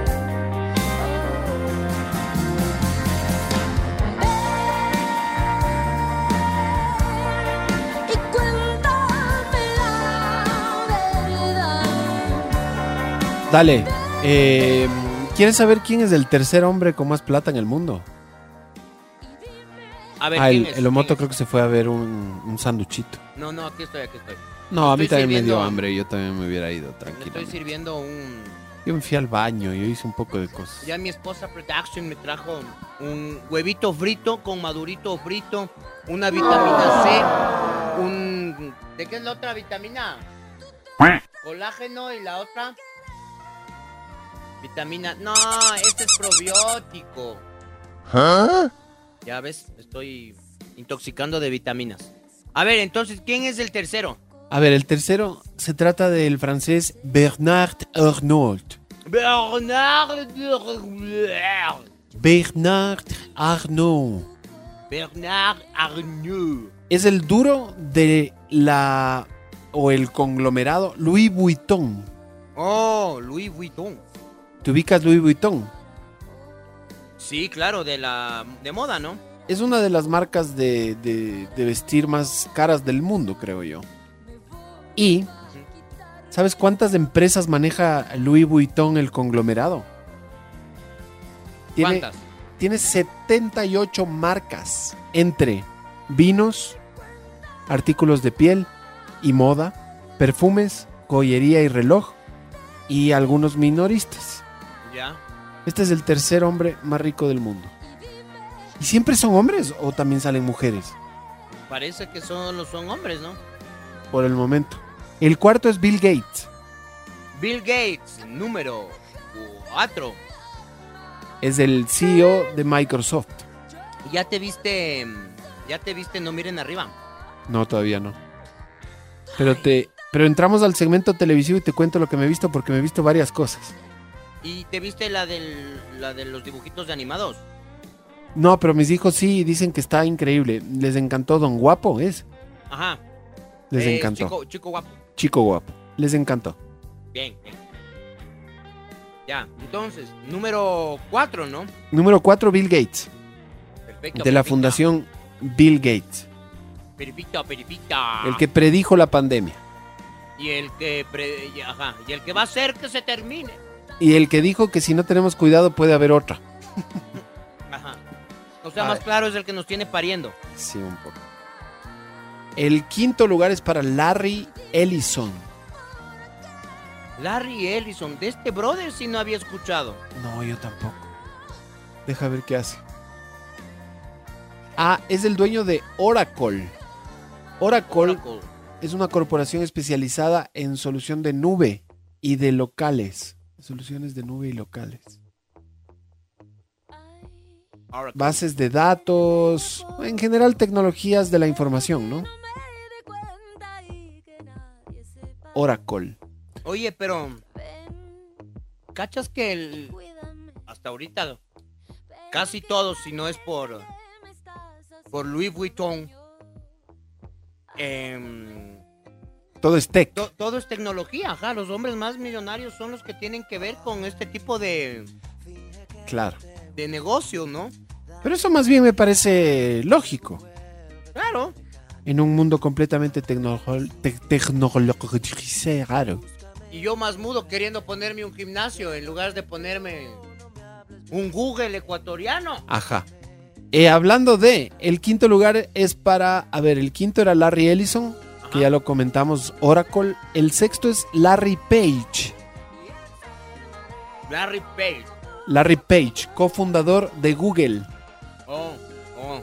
Ven y cuéntame la verdad. Dale, eh, ¿quieres saber quién es el tercer hombre con más plata en el mundo? A ver, Ah, el, ¿quién es? el Omoto ¿Quién creo que se fue a ver un, un sanduchito. es? No, no, aquí estoy, aquí estoy. No, a mí Estoy también me dio sirviendo- hambre, yo también me hubiera ido Me estoy tranquilo. sirviendo un... Yo me fui al baño, yo hice un poco de cosas. Ya mi esposa Production me trajo un huevito frito con madurito frito, una vitamina C, un... ¿De qué es la otra vitamina? Colágeno y la otra... Vitamina... No, este es probiótico. ¿Ah? Ya ves, me estoy intoxicando de vitaminas. A ver, entonces, ¿quién es el tercero? A ver, el tercero se trata del francés Bernard Arnault. Bernard... Bernard Arnault. Bernard Arnault. Es el duro de la... o el conglomerado Louis Vuitton. Oh, Louis Vuitton. ¿Te ubicas Louis Vuitton? Sí, claro, de la... de moda, ¿no? Es una de las marcas de, de, de vestir más caras del mundo, creo yo. Y, ¿sabes cuántas empresas maneja Louis Vuitton, el conglomerado? Tiene, ¿Cuántas? Tiene setenta y ocho marcas entre vinos, artículos de piel y moda, perfumes, joyería y reloj. y algunos minoristas. Ya. Este es el tercer hombre más rico del mundo. ¿Y siempre son hombres o también salen mujeres? Parece que solo son hombres, ¿no? Por el momento. El cuarto es Bill Gates. Bill Gates, número cuatro. Es el C E O de Microsoft. ¿Ya te viste, ya te viste No Miren Arriba? No, todavía no. Pero te, pero entramos al segmento televisivo y te cuento lo que me he visto porque me he visto varias cosas. ¿Y te viste la, del, la de los dibujitos de animados? No, pero mis hijos sí dicen que está increíble. Les encantó Don Guapo, ¿es? Ajá. Les Eh, encantó. Chico, chico guapo. Chico Guapo. Les encantó. Bien, bien. Ya, entonces, número cuatro, ¿no? Número cuatro, Bill Gates. Perfecto. De la perfecto. fundación Bill Gates. Perfecto, perfecto. El que predijo la pandemia. Y el que... pre- y- Ajá. Y el que va a hacer que se termine. Y el que dijo que si no tenemos cuidado puede haber otra. Ajá. O sea, A más ver. claro es el que nos tiene pariendo. Sí, un poco. El quinto lugar es para Larry Ellison. Larry Ellison, de este brother sí no había escuchado. No, yo tampoco. Deja ver qué hace. Ah, es el dueño de Oracle. Oracle, Oracle. es una corporación especializada en solución de nube y de locales. Soluciones de nube y locales. Oracle. Bases de datos, en general tecnologías de la información, ¿no? Oracle. Oye, pero... ¿Cachas que el... hasta ahorita casi todos, si no es por... por Louis Vuitton, em, Todo es tech. to- todo es tecnología, ajá, los hombres más millonarios son los que tienen que ver con este tipo de, Claro. de negocio, ¿no? Pero eso más bien me parece lógico. Claro. En un mundo completamente tecnolo- te- tecnologizado. Y yo más mudo queriendo ponerme un gimnasio en lugar de ponerme un Google ecuatoriano. Ajá. Eh, hablando de, el quinto lugar es para, a ver, el quinto era Larry Ellison, que ya lo comentamos, Oracle. El sexto es Larry Page. Larry Page. Larry Page, cofundador de Google. Oh, oh.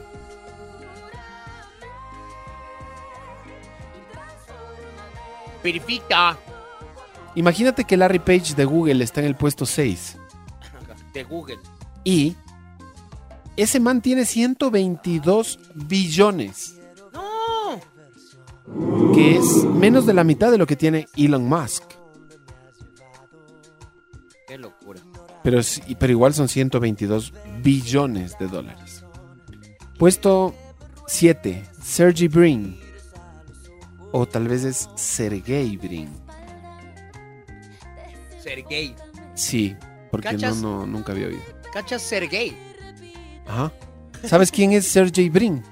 Pirifita. Imagínate que Larry Page de Google está en el puesto seis. De Google. Y ese man tiene ciento veintidós billones, No. que es menos de la mitad de lo que tiene Elon Musk. Qué locura. Pero, es- pero igual son ciento veintidós billones de dólares. Puesto siete, Sergey Brin. O tal vez es Sergey Brin. Sergey. Sí, porque no, ¿Cachas? no, nunca había oído. ¿Cachas Sergey? Ajá. ¿Sabes quién es Sergey Brin?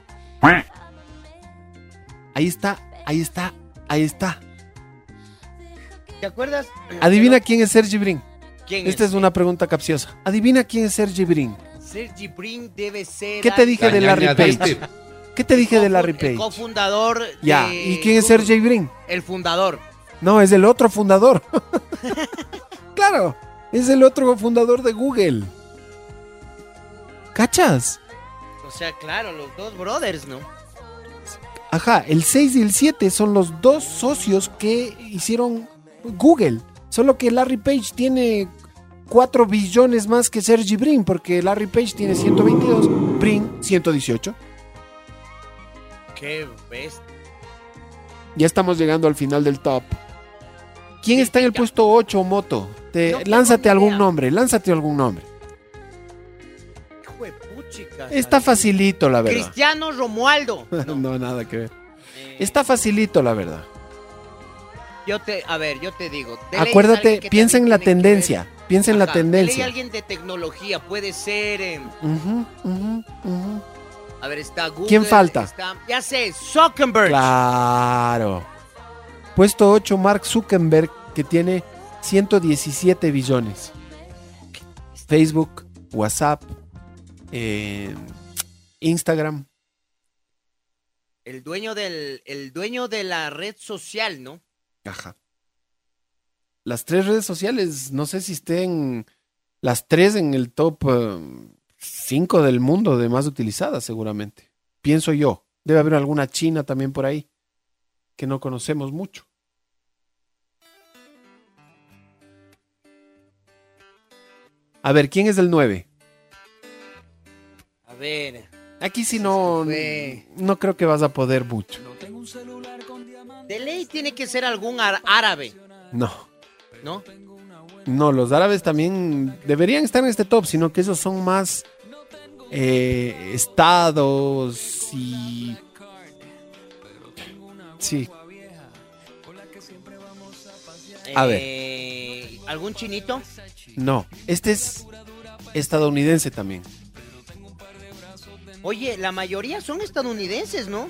Ahí está, ahí está, ahí está. ¿Te acuerdas? Adivina quién es Sergey Brin. ¿Quién Esta es una pregunta capciosa. Adivina quién es Sergey Brin. Sergey Brin debe ser... ¿Qué te dije de Larry Page? ¿Qué te dije de Larry El Page? cofundador Ya, de ¿y quién es Google. Sergey Brin? El fundador. No, es el otro fundador. Claro, es el otro fundador de Google. ¿Cachas? O sea, claro, los dos brothers, ¿no? Ajá, el seis y el siete son los dos socios que hicieron Google. Solo que Larry Page tiene cuatro billones más que Sergey Brin, porque Larry Page tiene ciento veintidós, Brin ciento dieciocho. Qué bestia. Ya estamos llegando al final del top. ¿Quién está en el puesto ocho, Moto? Te, No tengo lánzate ni algún idea. nombre, lánzate algún nombre. Hijo de puchica. Está facilito, la verdad. Cristiano Romualdo. No, nada que ver. Está facilito, la verdad. Yo te, a ver, yo te digo. de ley es alguien Acuérdate, que piensa en también la tiene que tendencia. ver- Piensa en la Ajá, de ley tendencia. alguien de tecnología, puede ser. eh, Ujú, ujú, ujú. a ver, está Google. ¿Quién falta? está- ya sé, Zuckerberg. Claro. Puesto ocho, Mark Zuckerberg, que tiene ciento diecisiete billones. Facebook, WhatsApp, eh, Instagram. El dueño del, el dueño de la red social, ¿no? Ajá. las tres redes sociales, no sé si estén las tres en el top cinco del mundo de más utilizadas, seguramente. Pienso yo. Debe haber alguna china también por ahí que no conocemos mucho. A ver, ¿quién es el nueve? A ver. Aquí sí no, Fue- no creo que vas a poder mucho. De ley tiene que ser algún ar- árabe, No, ¿no? no, los árabes también deberían estar en este top, sino que esos son más eh, estados y... Sí, A ver. Eh, ¿Algún chinito? no, este es estadounidense también. Oye, la mayoría son estadounidenses, ¿no?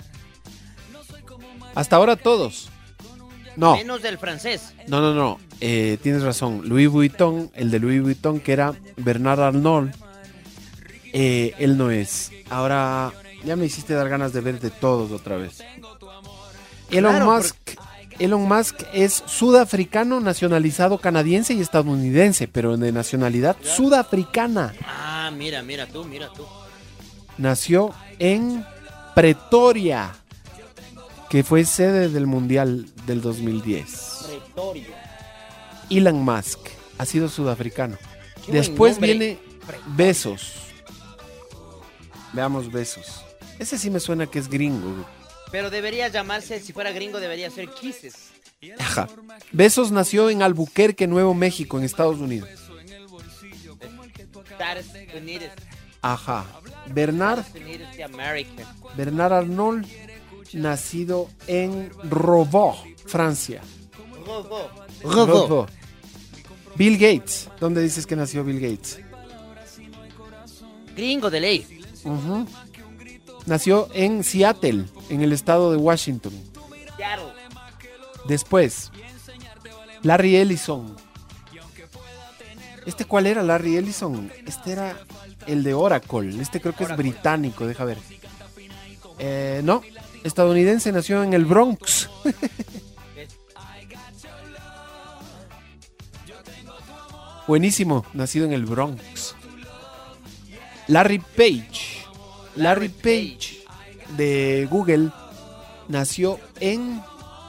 Hasta ahora todos. No, Menos del francés. no, no, no, eh, tienes razón. Louis Vuitton, el de Louis Vuitton, que era Bernard Arnault, eh, él no es. Ahora ya me hiciste dar ganas de ver de todos otra vez. Elon Claro, Musk, Elon Musk es sudafricano, nacionalizado canadiense y estadounidense, pero de nacionalidad sudafricana. Ah, mira, mira tú, mira tú. Nació en Pretoria, que fue sede del Mundial del dos mil diez. Pretoria. Elon Musk ha sido sudafricano. Qué buen Después nombre. viene Besos. Veamos Besos. Ese sí me suena que es gringo. Pero debería llamarse, si fuera gringo, debería ser Kisses. Ajá. Besos nació en Albuquerque, Nuevo México, en Estados Unidos. Estados Unidos. Ajá. Bernard, Estados Unidos de América. Bernard Arnault, nacido en Rovaux, Francia. Robo. Rovaux. Bill Gates. ¿Dónde dices que nació Bill Gates? Gringo de ley. Ujú. Nació en Seattle, en el estado de Washington. Seattle. Después, Larry Ellison. ¿Este cuál era Larry Ellison? Este era el de Oracle. Este creo que es británico, deja ver. Eh, no, estadounidense, nació en el Bronx. Buenísimo, nacido en el Bronx. Larry Page. Larry Page de Google nació en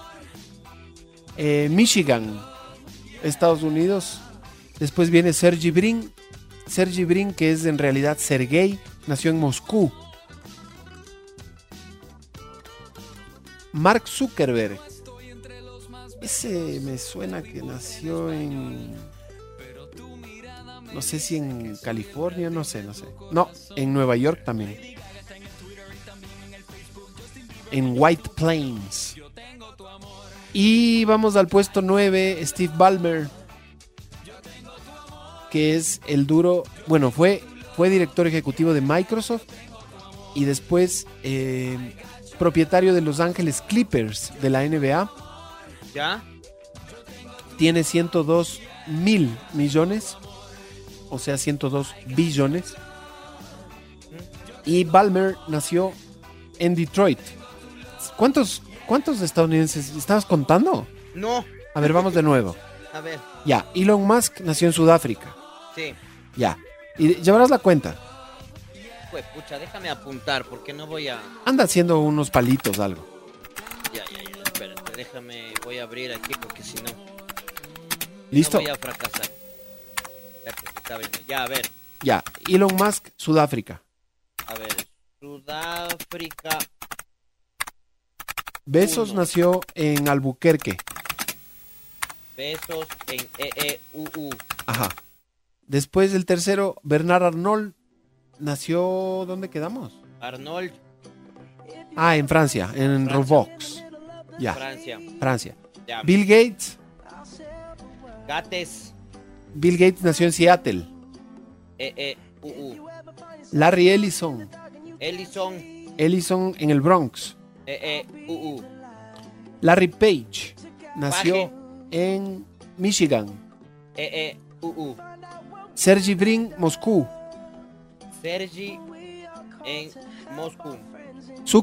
eh, Michigan, Estados Unidos. Después viene Sergey Brin. Sergey Brin, que es en realidad Sergey, nació en Moscú. Mark Zuckerberg. Ese me suena que nació en... No sé si en California, no sé, no sé. No, en Nueva York también. En White Plains. Y vamos al puesto nueve, Steve Ballmer, que es el duro, bueno, fue, fue director ejecutivo de Microsoft y después eh, propietario de Los Ángeles Clippers de la N B A. ¿Ya? Tiene ciento dos mil millones, o sea, ciento dos billones. Y Ballmer nació en Detroit. ¿Cuántos, cuántos estadounidenses estabas contando? No. A ver, vamos de nuevo. A ver. Ya, Elon Musk nació en Sudáfrica. Sí. Ya. Y llevarás la cuenta. Pues pucha, déjame apuntar porque no voy a... Anda haciendo unos palitos, algo. Ya, ya, ya. Espérate, déjame... Voy a abrir aquí porque si no... ¿Listo? No voy a fracasar. Espérate, se está abriendo. Ya, a ver. Ya. Elon Musk, Sudáfrica. A ver. Sudáfrica. Besos Uno. nació en Albuquerque. Besos en E E U U. Ajá. Después el tercero, Bernard Arnault, nació... ¿Dónde quedamos? Arnold, Ah, en Francia, en Francia. Rovaux. Ya, Francia. Francia. Ya. Bill Gates. Gates. Bill Gates nació en Seattle. E E U U. Larry Ellison. Ellison. Ellison en el Bronx. E E U U. Larry Page nació Page. en Michigan. E E U U. Sergey Brin, Moscú. Sergi en Moscú.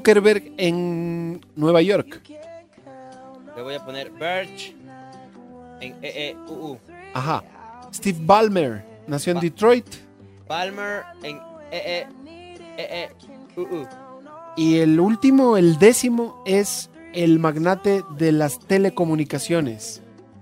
Zuckerberg en Nueva York. Le voy a poner Birch. En E E U U. Ajá. Steve Ballmer nació en Detroit. Palmer en E E E E U U. Y el último, el décimo, es el magnate de las telecomunicaciones.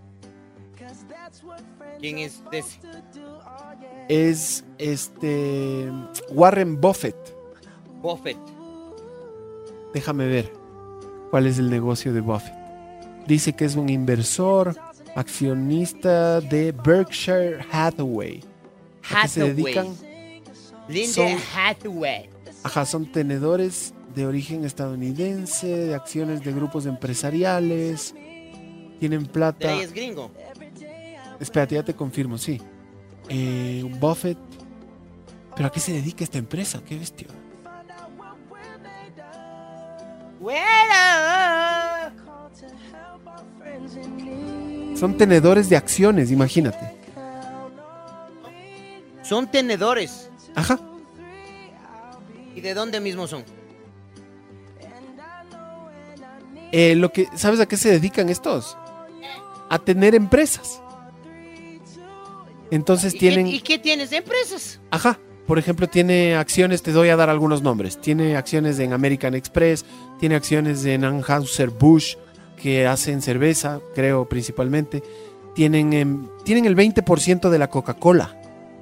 ¿Quién es ese? Es este Warren Buffett. Buffett. Déjame ver cuál es el negocio de Buffett. Dice que es un inversor, accionista de Berkshire Hathaway. ¿A qué se Hathaway. dedican? Linda Son- Hathaway. Ajá, son tenedores de origen estadounidense, de acciones de grupos empresariales. Tienen ¿De plata. ahí es gringo? Espérate, ya te confirmo, sí. Eh, Buffett. ¿Pero a qué se dedica esta empresa? Qué bestia. Son tenedores de acciones, imagínate. Son tenedores. Ajá. ¿Y de dónde mismo son? Eh, lo que, ¿sabes a qué se dedican estos? A tener empresas. Entonces ¿Y tienen... qué, ¿Y qué tienes de empresas? Ajá. Por ejemplo, tiene acciones, te doy a dar algunos nombres. Tiene acciones en American Express, tiene acciones en Anheuser-Busch, que hacen cerveza, creo, principalmente. Tienen, em, tienen el veinte por ciento de la Coca-Cola.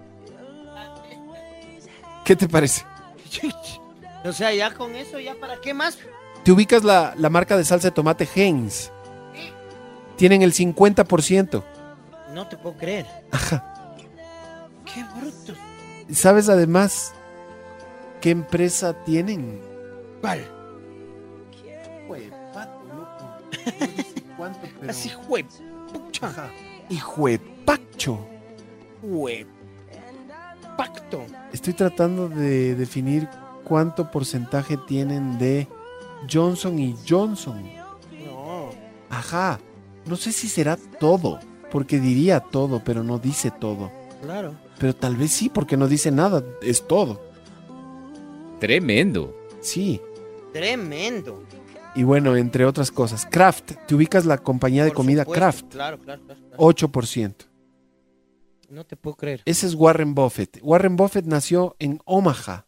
¿Qué te parece? O sea, ya con eso, ¿ya para qué más? ¿Te ubicas la, la marca de salsa de tomate Heinz? Tienen el cincuenta por ciento. No te puedo creer. Ajá. Qué bruto. ¿Sabes además qué empresa tienen? ¿Cuál? Juepato, loco. No dice cuánto, pero... Así jue... pucha. Ajá. Y juepacho. Jue... pacto. Estoy tratando de definir cuánto porcentaje tienen de Johnson y Johnson. No. Ajá. No sé si será todo, porque diría todo, pero no dice todo. Claro. Pero tal vez sí, porque no dice nada, es todo. Tremendo. Sí. Tremendo. Y bueno, entre otras cosas. Kraft, ¿te ubicas la compañía de Por comida supuesto. Kraft? Claro, claro, claro, claro. ocho por ciento. No te puedo creer. Ese es Warren Buffett. Warren Buffett nació en Omaha,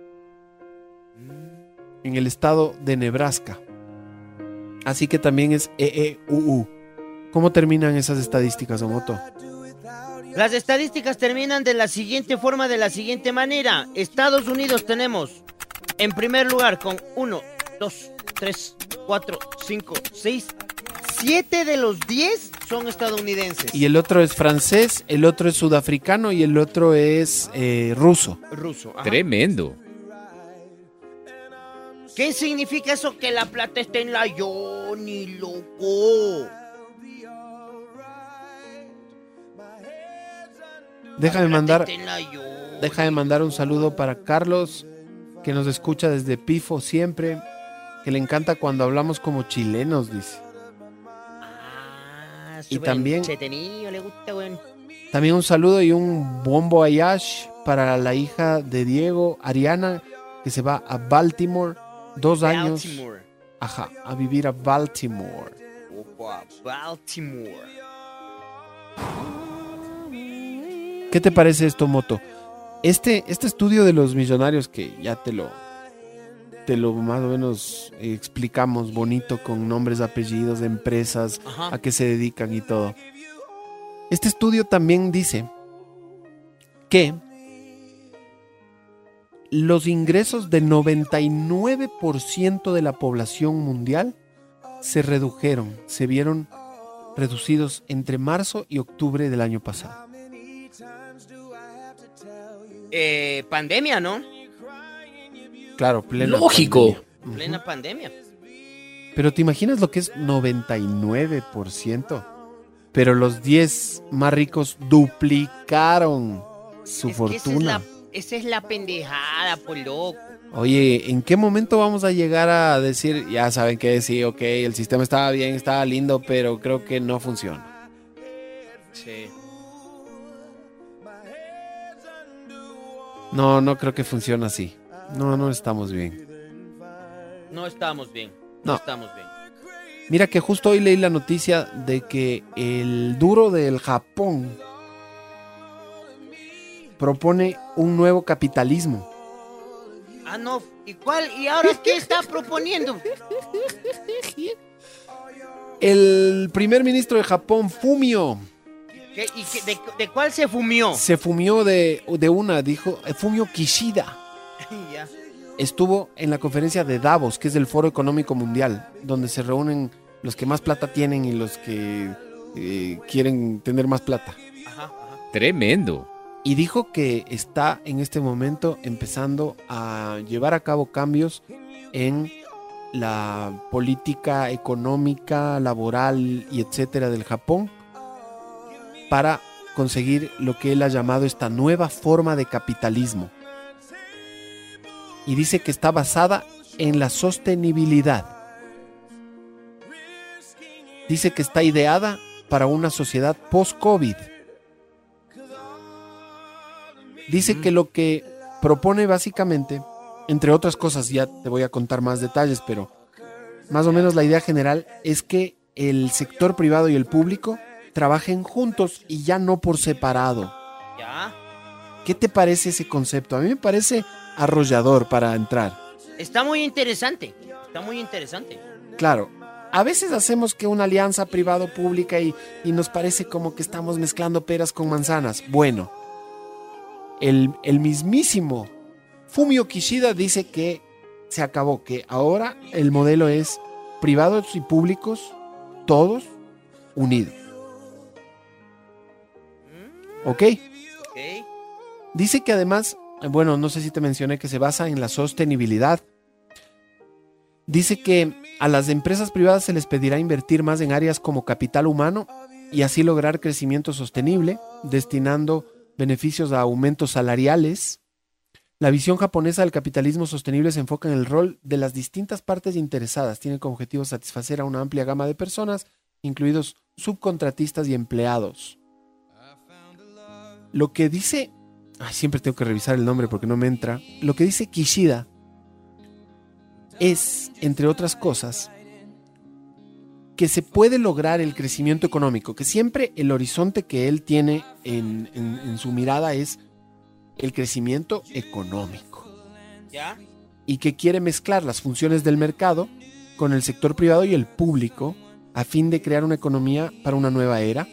en el estado de Nebraska. Así que también es E E U U. ¿Cómo terminan esas estadísticas, Omoto? Las estadísticas terminan de la siguiente forma, de la siguiente manera. Estados Unidos tenemos en primer lugar con uno, dos, tres, cuatro, cinco, seis, siete de los diez son estadounidenses. Y el otro es francés, el otro es sudafricano y el otro es eh, ruso. Ruso. Ajá. Tremendo. ¿Qué significa eso? Que la plata está en la Yoni, loco. Déjame mandar, Está en la Yoni. déjame mandar un saludo para Carlos, que nos escucha desde Pifo siempre, que le encanta cuando hablamos como chilenos, dice. Ah, Y súper también- entretenido, le gusta, weón. También un saludo y un buen voyage para la hija de Diego, Ariana, que se va a Baltimore, dos años, Baltimore. ajá, a vivir a Baltimore. Opa, Baltimore. ¿Qué te parece esto, Moto? Este, este estudio de los millonarios que ya te lo, te lo más o menos eh, explicamos bonito con nombres, apellidos, empresas, Ajá. a qué se dedican y todo. Este estudio también dice que los ingresos del noventa y nueve por ciento de la población mundial se redujeron, se vieron reducidos entre marzo y octubre del año pasado. Eh, pandemia, ¿no? Claro, plena Lógico. pandemia. Plena pandemia. Pero ¿te imaginas lo que es noventa y nueve por ciento? Pero los diez más ricos duplicaron su Es que esa es, fortuna. la, esa es la pendejada, por loco. Oye, ¿en qué momento vamos a llegar a decir, ya saben que sí, ok, el sistema estaba bien, estaba lindo, pero creo que no funciona? Sí. No, no creo que funcione así. No, no estamos bien. No estamos bien. No, No. estamos bien. Mira que justo hoy leí la noticia de que el duro del Japón propone un nuevo capitalismo. Ah, no. ¿Y cuál? ¿Y ahora qué está proponiendo? El primer ministro de Japón, Fumio, ¿Qué, y qué- de, de cuál se fumió? se fumió de, de una, dijo, eh, Fumio Kishida. Ya. Estuvo en la conferencia de Davos, que es el Foro Económico Mundial, donde se reúnen los que más plata tienen y los que eh, quieren tener más plata. Ajá, ajá. Tremendo. Y dijo que está en este momento empezando a llevar a cabo cambios en la política económica, laboral y etcétera del Japón para conseguir lo que él ha llamado esta nueva forma de capitalismo. Y dice que está basada en la sostenibilidad. Dice que está ideada para una sociedad post-COVID. Dice que lo que propone básicamente, entre otras cosas, ya te voy a contar más detalles, pero más o menos la idea general es que el sector privado y el público trabajen juntos y ya no por separado. Ya. ¿Qué te parece ese concepto? A mí me parece arrollador para entrar. Está muy interesante. Está muy interesante. Claro, a veces hacemos que una alianza privado-pública y, y nos parece como que estamos mezclando peras con manzanas. Bueno, el, el mismísimo Fumio Kishida dice que se acabó, que ahora el modelo es privados y públicos, todos unidos. ¿Ok? Ok. Dice que además, bueno, no sé si te mencioné que se basa en la sostenibilidad. Dice que a las empresas privadas se les pedirá invertir más en áreas como capital humano y así lograr crecimiento sostenible, destinando beneficios a aumentos salariales. La visión japonesa del capitalismo sostenible se enfoca en el rol de las distintas partes interesadas. Tiene como objetivo satisfacer a una amplia gama de personas, incluidos subcontratistas y empleados. Lo que dice... Ay, siempre tengo que revisar el nombre porque no me entra. Lo que dice Kishida es, entre otras cosas, que se puede lograr el crecimiento económico, que siempre el horizonte que él tiene en, en, en su mirada es el crecimiento económico. ¿Ya? Y que quiere mezclar las funciones del mercado con el sector privado y el público a fin de crear una economía para una nueva era.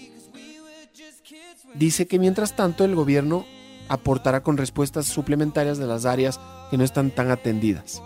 Dice que mientras tanto el gobierno aportará con respuestas suplementarias de las áreas que no están tan atendidas.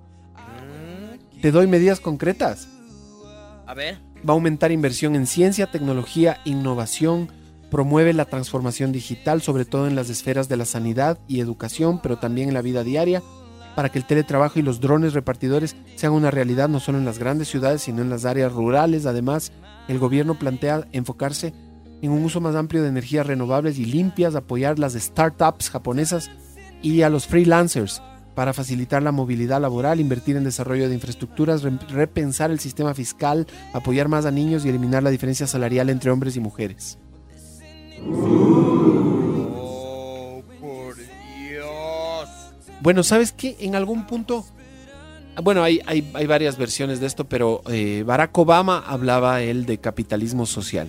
Te doy medidas concretas. A ver. Va a aumentar inversión en ciencia, tecnología, innovación, promueve la transformación digital, sobre todo en las esferas de la sanidad y educación, pero también en la vida diaria, para que el teletrabajo y los drones repartidores sean una realidad no solo en las grandes ciudades, sino en las áreas rurales. Además, el gobierno plantea enfocarse en un uso más amplio de energías renovables y limpias, apoyar las startups japonesas y a los freelancers para facilitar la movilidad laboral, invertir en desarrollo de infraestructuras, re- repensar el sistema fiscal, apoyar más a niños y eliminar la diferencia salarial entre hombres y mujeres. Oh, por Dios. Bueno, ¿sabes qué? En algún punto... Bueno, hay, hay, hay varias versiones de esto, pero eh, Barack Obama hablaba él de capitalismo social.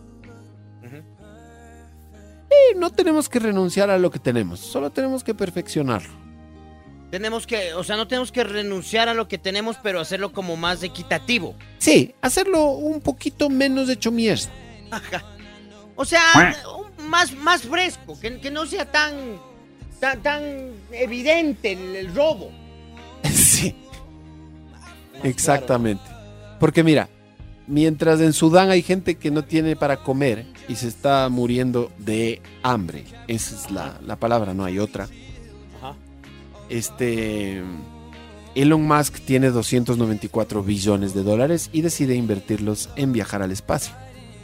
Y no tenemos que renunciar a lo que tenemos, solo tenemos que perfeccionarlo. Tenemos que, o sea, no tenemos que renunciar a lo que tenemos, pero hacerlo como más equitativo. Sí, hacerlo un poquito menos hecho mierda. Ajá. O sea, un- más, más fresco, que, que no sea tan, tan, tan evidente el, el robo. Sí, exactamente. Porque mira, mientras en Sudán hay gente que no tiene para comer y se está muriendo de hambre, esa es la, la palabra, no hay otra. Ajá. Este Elon Musk tiene doscientos noventa y cuatro billones de dólares y decide invertirlos en viajar al espacio.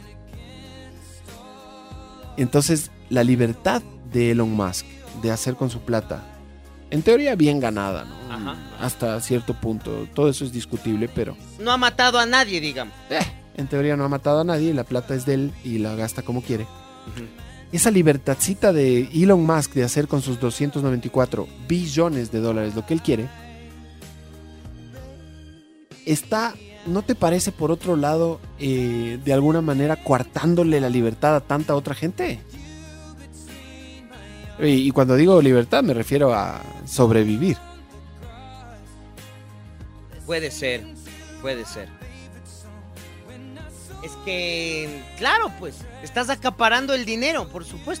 Entonces, la libertad de Elon Musk de hacer con su plata, en teoría bien ganada, ¿no? Ajá. Hasta cierto punto, todo eso es discutible, pero No ha matado a nadie, digamos. eh, en teoría no ha matado a nadie, la plata es de él y la gasta como quiere. Esa libertadcita de Elon Musk de hacer con sus doscientos noventa y cuatro billones de dólares lo que él quiere, está ¿no te parece por otro lado eh, de alguna manera coartándole la libertad a tanta otra gente? Y, y cuando digo libertad me refiero a sobrevivir. Puede ser, puede ser. Es que, claro, pues, estás acaparando el dinero, por supuesto.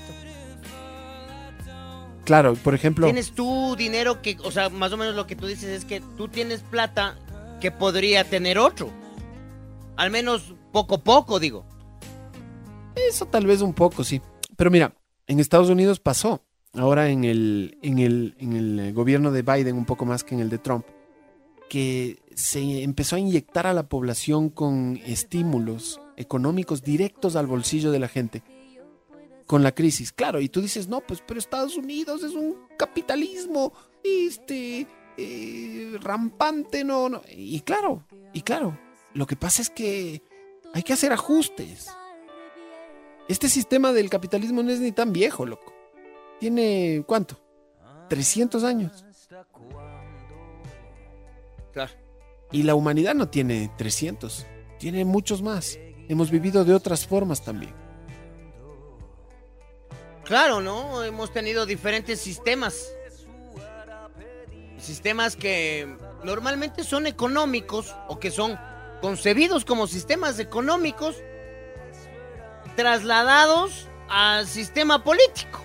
Claro, por ejemplo... Tienes tu dinero que, o sea, más o menos lo que tú dices es que tú tienes plata que podría tener otro. Al menos poco a poco, digo. Eso tal vez un poco, sí. Pero mira, en Estados Unidos pasó. Ahora en el, en el, en el gobierno de Biden, un poco más que en el de Trump, que se empezó a inyectar a la población con estímulos económicos directos al bolsillo de la gente con la crisis. Claro, y tú dices, no, pues, pero Estados Unidos es un capitalismo este, eh, rampante, no, no. Y claro, y claro, lo que pasa es que hay que hacer ajustes. Este sistema del capitalismo no es ni tan viejo, loco. Tiene, ¿cuánto? trescientos años. Claro. Y la humanidad no tiene trescientos, tiene muchos más. Hemos vivido de otras formas también. Claro, ¿no? Hemos tenido diferentes sistemas. Sistemas que normalmente son económicos o que son concebidos como sistemas económicos trasladados al sistema político.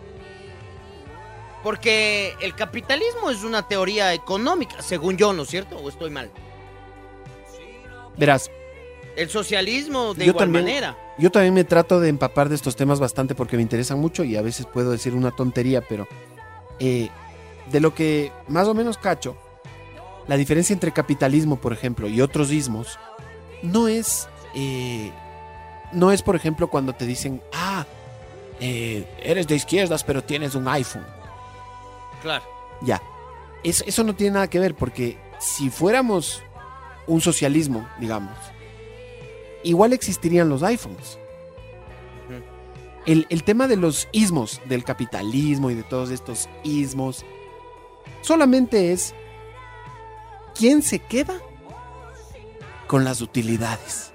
Porque el capitalismo es una teoría económica, según yo, ¿no es cierto? ¿O estoy mal? Verás. El socialismo de yo igual también, manera. Yo también me trato de empapar de estos temas bastante porque me interesan mucho y a veces puedo decir una tontería, pero eh, de lo que más o menos cacho, la diferencia entre capitalismo, por ejemplo, y otros ismos, no es, eh, no es, por ejemplo, cuando te dicen, ah, eh, eres de izquierdas, pero tienes un iPhone. Claro. Ya. Es, eso no tiene nada que ver, porque si fuéramos un socialismo, digamos, igual existirían los iPhones. Uh-huh. El, el tema de los ismos, del capitalismo y de todos estos ismos, solamente es quién se queda con las utilidades.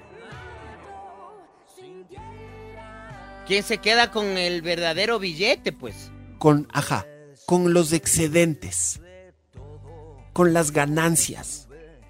¿Quién se queda con el verdadero billete, pues? Con, ajá, con los excedentes, con las ganancias.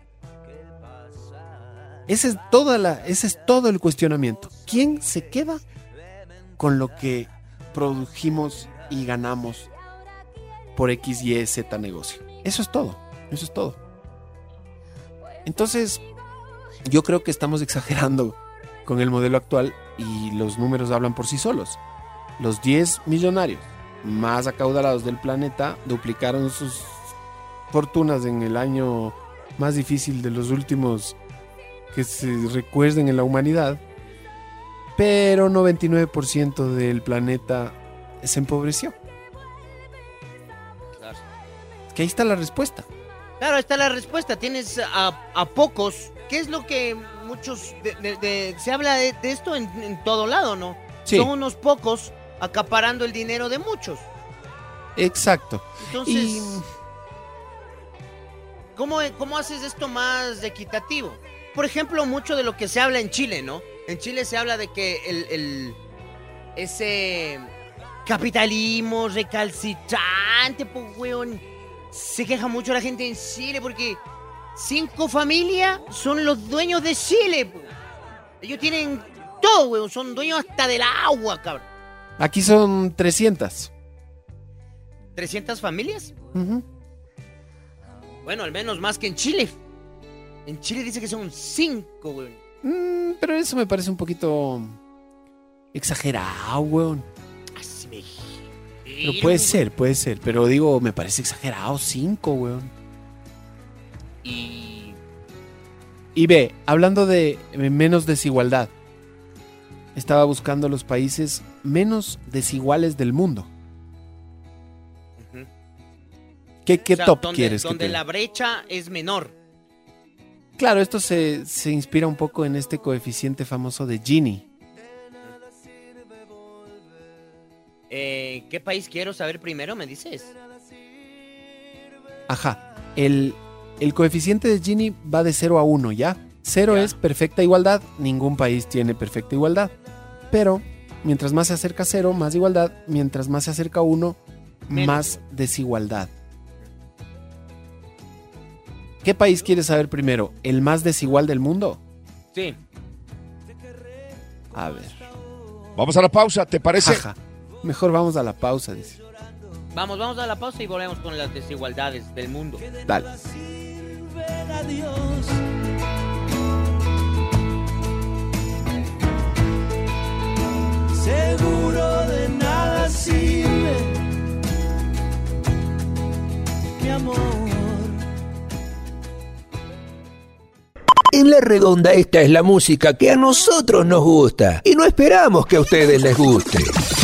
Ese es, toda la, ese es todo el cuestionamiento. ¿Quién se queda con lo que produjimos y ganamos por X, Y, Z negocio? Eso es todo, eso es todo. Entonces, yo creo que estamos exagerando con el modelo actual y los números hablan por sí solos. Los diez millonarios más acaudalados del planeta duplicaron sus fortunas en el año más difícil de los últimos que se recuerden en la humanidad, pero noventa y nueve por ciento del planeta se empobreció. Claro. Que ahí está la respuesta. Claro, ahí está la respuesta. Tienes a, a pocos. ¿Qué es lo que muchos... De, de, de, se habla de, de esto en, en todo lado, ¿no? Sí. Son unos pocos acaparando el dinero de muchos. Exacto. Entonces, y... ¿cómo, ¿cómo haces esto más equitativo? Por ejemplo, mucho de lo que se habla en Chile, ¿no? En Chile se habla de que el, el ese capitalismo recalcitrante, pues, weón, se queja mucho la gente en Chile porque cinco familias son los dueños de Chile, pues. Ellos tienen todo, weón, son dueños hasta del agua, cabrón. Aquí son trescientas. ¿trescientas familias? Uh-huh. Bueno, al menos más que en Chile. En Chile dice que son cinco, weón. Mm, pero eso me parece un poquito exagerado, weón. Así me... Pero puede ser, puede ser. Pero digo, me parece exagerado, cinco, weón. Y... Y ve, hablando de menos desigualdad, estaba buscando los países menos desiguales del mundo. Uh-huh. ¿Qué, qué o sea, top donde, quieres donde que te... la brecha es menor. Claro, esto se, se inspira un poco en este coeficiente famoso de Gini. Eh, ¿Qué país quiero saber primero, me dices? Ajá, el, el coeficiente de Gini va de cero a uno, ¿ya? Cero Ya. es perfecta igualdad. Ningún país tiene perfecta igualdad. Pero mientras más se acerca a cero, más igualdad. Mientras más se acerca a uno, Menos más desigualdad. ¿Qué país quieres saber primero? ¿El más desigual del mundo? Sí. A ver. Vamos a la pausa, ¿te parece? Jaja. Mejor vamos a la pausa, dice. Vamos, vamos a la pausa y volvemos con las desigualdades del mundo. Dale. a Dios. Seguro de nada sirve, mi amor. En La Redonda esta es la música que a nosotros nos gusta y no esperamos que a ustedes les guste.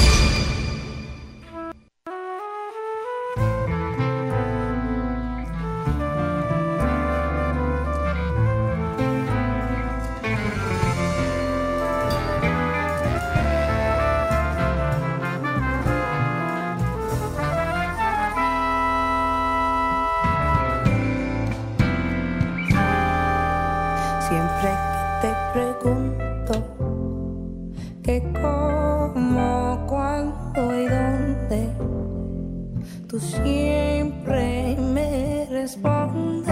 Siempre que te pregunto que cómo, cuándo y dónde, tú siempre me respondes.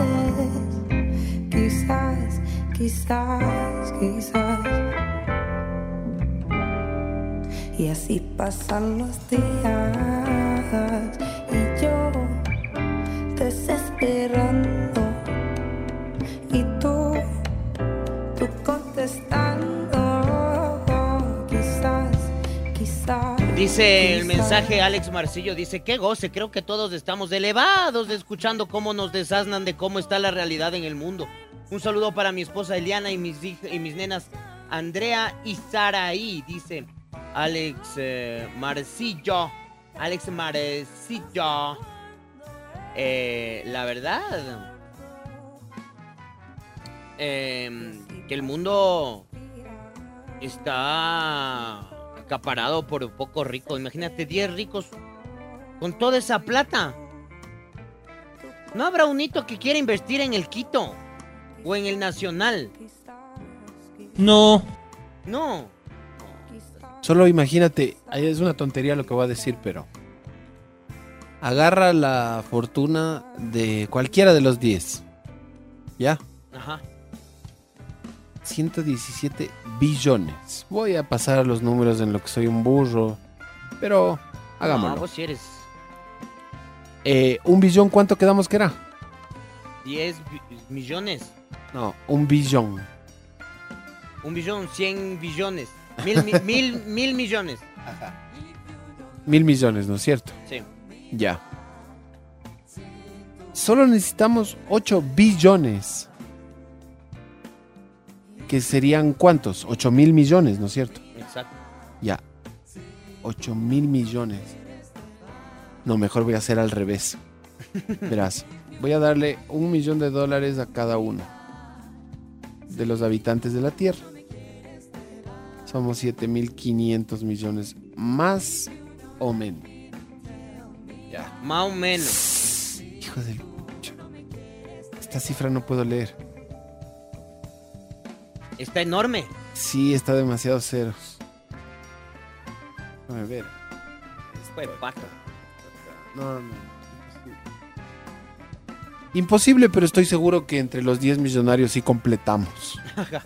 Quizás, quizás, quizás. Y así pasan los días y yo desesperando y tú Tú contestando, quizás, quizás. Dice el quizás. mensaje Alex Marcillo, dice, qué goce, creo que todos estamos elevados escuchando cómo nos desasnan de cómo está la realidad en el mundo. Un saludo para mi esposa Eliana y mis, hij- y mis nenas Andrea y Saraí, dice Alex eh, Marcillo. Alex Marcillo. Eh, la verdad... Eh, que el mundo está acaparado por pocos ricos. Imagínate, diez ricos con toda esa plata. No habrá un hito que quiera invertir en el Quito o en el Nacional. No. No. Solo imagínate, ahí es una tontería lo que voy a decir, pero agarra la fortuna de cualquiera de los diez. ¿Ya? Ajá. ciento diecisiete billones. Voy a pasar a los números en lo que soy un burro, pero hagámoslo. No, vos sí eres Eh, ¿Un billón cuánto quedamos que era? diez bi- millones. No, un billón. Un billón, cien billones. Mil, mi- mil, mil millones. Mil millones, ¿no es cierto? Sí. Ya. Solo necesitamos ocho billones. Que serían ¿cuántos? ocho mil millones, ¿no es cierto? Exacto. Ya. ocho mil millones. No, mejor voy a hacer al revés. Verás. Voy a darle un millón de dólares a cada uno de los habitantes de la Tierra. Somos siete mil quinientos millones. Más o menos. Ya. Más o menos. Hijo del... pucha. Esta cifra no puedo leer. Está enorme. Sí, está demasiado ceros. Déjame ver. Fue pato. No, no. Imposible, pero estoy seguro que entre los diez millonarios sí completamos.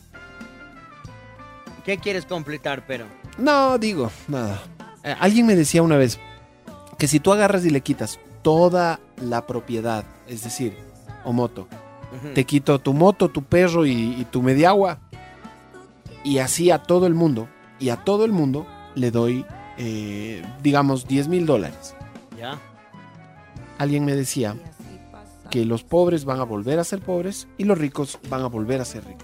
¿Qué quieres completar, pero? No, digo, nada. Eh, alguien me decía una vez que si tú agarras y le quitas toda la propiedad, es decir, o moto, Ujú. te quito tu moto, tu perro y, y tu mediagua, y así a todo el mundo, y a todo el mundo le doy, eh, digamos, diez mil dólares. Ya. Alguien me decía que los pobres van a volver a ser pobres y los ricos van a volver a ser ricos.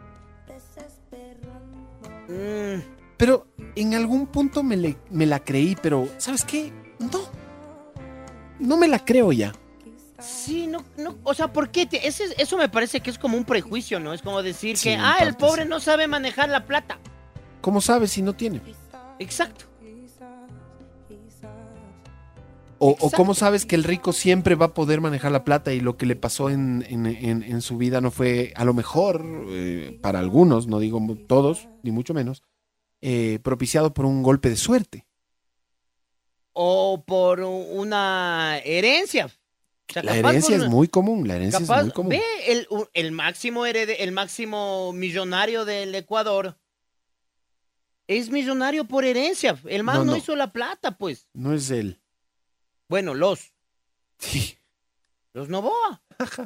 Mm, Pero en algún punto me, le- me la creí, pero ¿sabes qué? No. No me la creo ya. sí, no, no, o sea, ¿por qué? Te- ese, eso me parece que es como un prejuicio, ¿no? Es como decir Sí, que, en ah, el parte pobre sí. no sabe manejar la plata. ¿Cómo sabes si no tiene? Exacto. O, o Exacto. cómo sabes que el rico siempre va a poder manejar la plata y lo que le pasó en, en- en- en su vida no fue, a lo mejor, eh, para algunos, no digo mu- todos, ni mucho menos, eh, propiciado por un golpe de suerte. O por una herencia. O sea, La capaz herencia por- es muy común, la herencia capaz- es muy común. Ve, el, u- el máximo herede- el máximo millonario del Ecuador es millonario por herencia. El man No, no, no. hizo la plata, pues. No es él. Bueno, los. Sí. Los Novoa.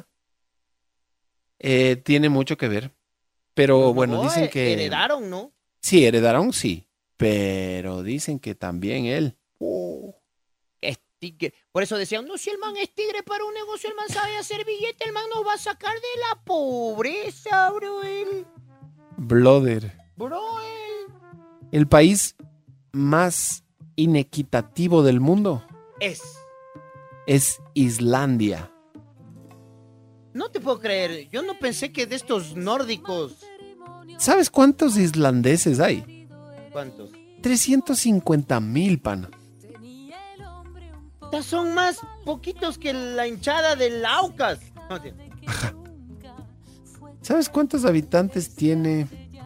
Eh, tiene mucho que ver. Pero Los bueno, Novoa dicen he- que... Heredaron, ¿no? Sí, heredaron, sí. Pero dicen que también él. Oh, Es tigre. Por eso decían, no, si el man es tigre para un negocio, el man sabe hacer billete, el man nos va a sacar de la pobreza, bro. El, brother. bro, el- El país más inequitativo del mundo es. es Islandia. No te puedo creer. Yo no pensé que de estos nórdicos. ¿Sabes cuántos islandeses hay? ¿Cuántos? trescientos cincuenta mil, pana. Ya son más poquitos que la hinchada del Aucas. No, tío. ¿Sabes cuántos habitantes tiene?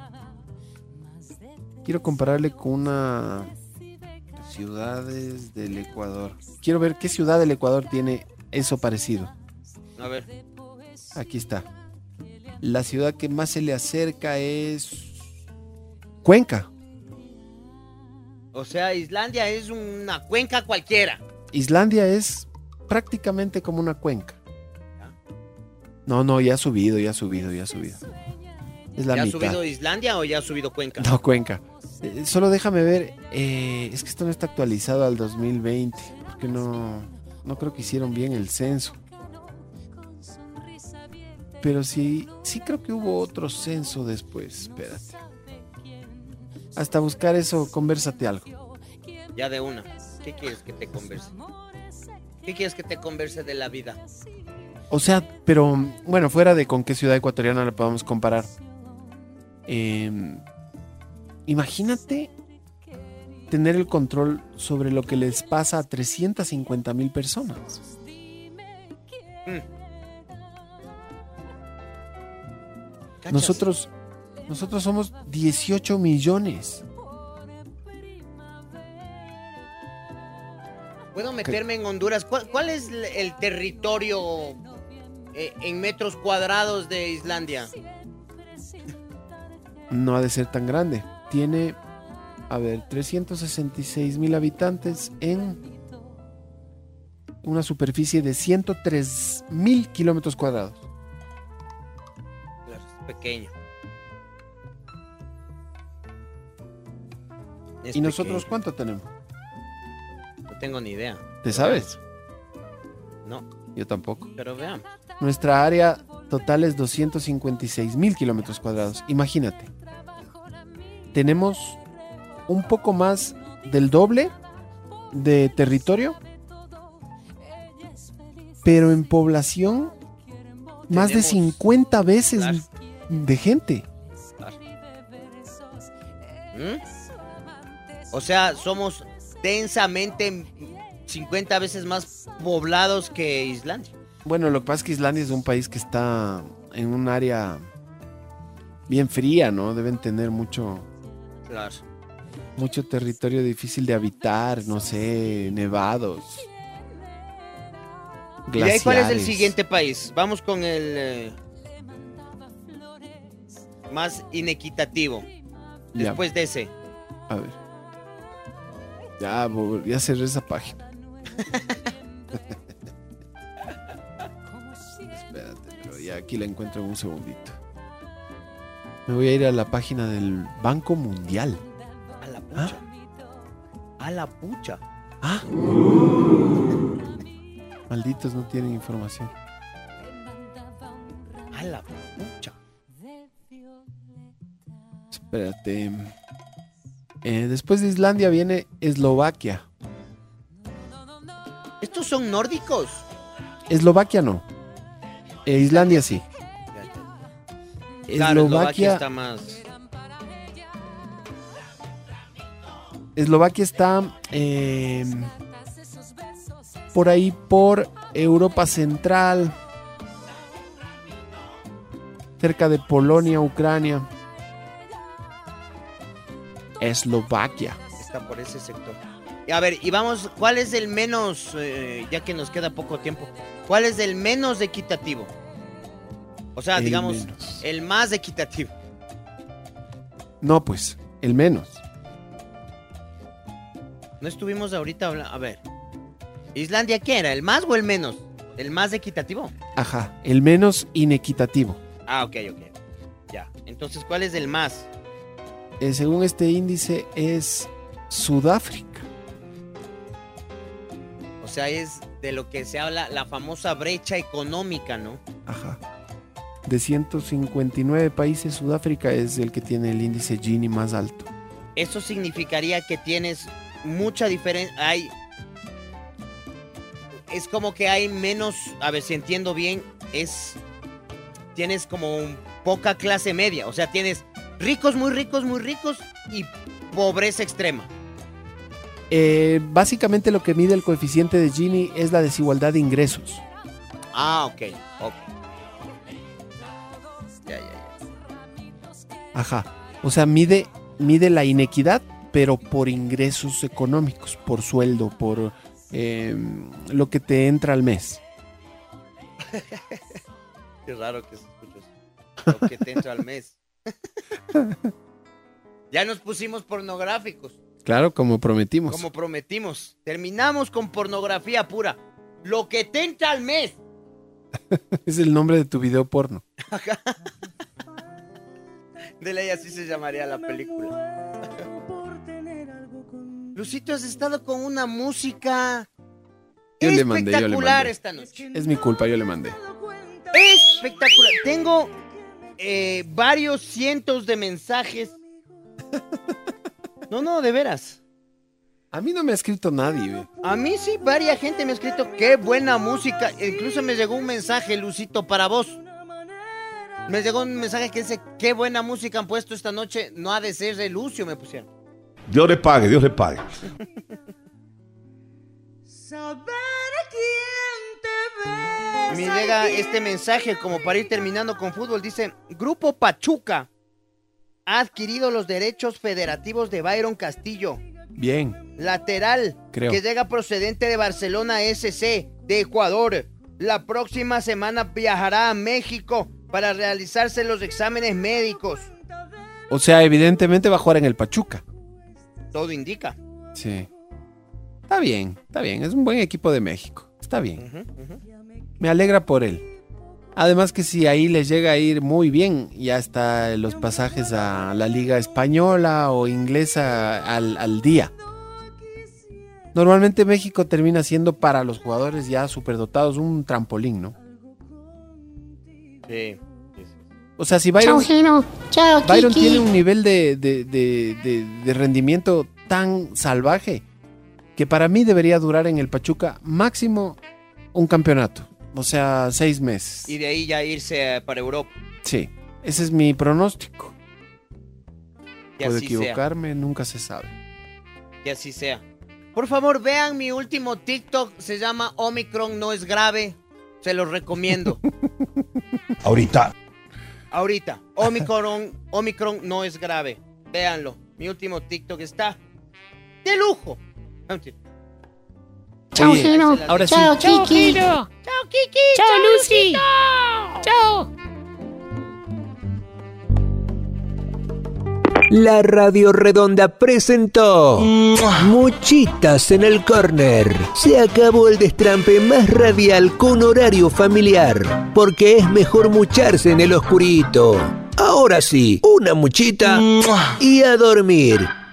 Quiero compararle con una ciudades del Ecuador. Quiero ver qué ciudad del Ecuador tiene eso parecido. A ver. Aquí está. La ciudad que más se le acerca es Cuenca. O sea, Islandia es una cuenca cualquiera. Islandia es prácticamente como una cuenca. No, no, ya ha subido, ya ha subido, ya ha subido. Es la ¿Ya ha mitad. subido Islandia o ya ha subido Cuenca? No, Cuenca. Eh, solo déjame ver. eh, es que esto no está actualizado al dos mil veinte. Porque no, no creo que hicieron bien el censo. Pero sí, sí creo que hubo otro censo después. Espérate. Hasta buscar eso, conversate algo. Ya de una. ¿Qué quieres que te converse? ¿Qué quieres que te converse de la vida? O sea, pero bueno, fuera de con qué ciudad ecuatoriana la podamos comparar. Eh, imagínate tener el control sobre lo que les pasa a trescientas cincuenta mil personas. ¿Cachas? Nosotros, nosotros somos dieciocho millones. ¿Puedo meterme en Honduras? ¿Cuál, cuál es el- el territorio eh, en metros cuadrados de Islandia? No ha de ser tan grande. Tiene, a ver, trescientos sesenta y seis mil habitantes en una superficie de ciento tres mil kilómetros cuadrados. Claro, es pequeño. Es ¿Y nosotros pequeño. cuánto tenemos? No tengo ni idea. ¿Te sabes? No, Yo tampoco. pero veamos. Nuestra área total es doscientos cincuenta y seis mil kilómetros cuadrados. Imagínate. Tenemos un poco más del doble de territorio, pero en población más de Tenemos- cincuenta veces Claro. de gente. ¿Mm? O sea, somos densamente cincuenta veces más poblados que Islandia. Bueno, lo que pasa es que Islandia es un país que está en un área bien fría, ¿no? Deben tener mucho, Claro. mucho territorio difícil de habitar, no sé, nevados. ¿Y de ahí cuál es el glaciares. siguiente país? Vamos con el eh, más inequitativo. Ya. Después de ese. A ver. Ya, bo- ya cerré esa página. Espérate, pero ya aquí la encuentro en un segundito. Me voy a ir a la página del Banco Mundial. A la pucha. A la pucha. Ah. Malditos no tienen información. A la pucha. Espérate. Eh, después de Islandia viene Eslovaquia. ¿Estos son nórdicos? Eslovaquia no. Eh, Islandia sí. Claro, Eslovaquia Eslovaquia, está más. Eslovaquia está. eh, por ahí por Europa Central, cerca de Polonia, Ucrania, Eslovaquia. Está por ese sector. Y a ver, y vamos, ¿cuál es el menos, eh, ya que nos queda poco tiempo, cuál es el menos equitativo? O sea, El digamos, menos. el más equitativo. No, pues, el menos. No estuvimos ahorita hablando, a ver, ¿Islandia qué era? ¿El más o el menos? ¿El más equitativo? Ajá, el menos inequitativo. Ah, ok, ok. Ya, entonces, ¿cuál es el más? Eh, según este índice es Sudáfrica. O sea, es de lo que se habla la famosa brecha económica, ¿no? Ajá. De ciento cincuenta y nueve países, Sudáfrica es el que tiene el índice Gini más alto. Eso significaría que tienes mucha diferencia. Hay. Es como que hay menos. A ver si entiendo bien. Es. Tienes como un, poca clase media. O sea, tienes ricos, muy ricos, muy ricos y pobreza extrema. Eh, básicamente lo que mide el coeficiente de Gini es la desigualdad de ingresos. Ah, ok. Ok. Ya, ya, ya. Ajá. O sea, mide, mide la inequidad, pero por ingresos económicos, por sueldo, por eh, lo que te entra al mes. Qué raro que se escuche eso. Lo que te entra al mes. Ya nos pusimos pornográficos. Claro, como prometimos. Como prometimos. Terminamos con pornografía pura. Lo que te entra al mes. Es el nombre de tu video porno. De ley así se llamaría la película. Lucito, has estado con una música Yo le mandé, yo le espectacular mandé. esta noche. Es mi culpa, yo le mandé. Espectacular. Tengo eh, varios cientos de mensajes. No, no, de veras. A mí no me ha escrito nadie, güey. A mí sí, varias gente me ha escrito qué buena música. Incluso me llegó un mensaje, Lucito, para vos. Me llegó un mensaje que dice qué buena música han puesto esta noche. No ha de ser de Lucio, me pusieron. Dios le pague, Dios le pague. Me llega este mensaje como para ir terminando con fútbol. Dice, Grupo Pachuca ha adquirido los derechos federativos de Byron Castillo. Bien. Lateral, Creo. que llega procedente de Barcelona S C de Ecuador. La próxima semana viajará a México para realizarse los exámenes médicos. O sea, evidentemente va a jugar en el Pachuca. Todo indica. Sí. Está bien, está bien. Es un buen equipo de México. Está bien. Ujú, ujú. Me alegra por él. Además que si ahí les llega a ir muy bien, ya está los pasajes a la Liga Española o Inglesa al, al día. Normalmente México termina siendo para los jugadores ya superdotados un trampolín, ¿no? Sí. O sea, si Byron, Chao, Gino. Chao, Byron Kiki. tiene un nivel de, de, de, de, de rendimiento tan salvaje que para mí debería durar en el Pachuca máximo un campeonato. O sea, seis meses. Y de ahí ya irse eh, para Europa. Sí, ese es mi pronóstico. Que Puedo así sea. equivocarme, nunca se sabe. Que así sea. Por favor, vean mi último TikTok. Se llama Omicron no es grave. Se los recomiendo. Ahorita. Ahorita. Omicron, Omicron no es grave. Véanlo. Mi último TikTok está de lujo. Chao, Oye, Gino. ahora sí. Chao, Chao, Kiki. Gino. Chao, Kiki. Chao, Lucy. Chao. La Radio Redonda presentó Muchitas en el Corner. Se acabó el destrampe más radial con horario familiar, porque es mejor mucharse en el oscurito. Ahora sí, una muchita y a dormir.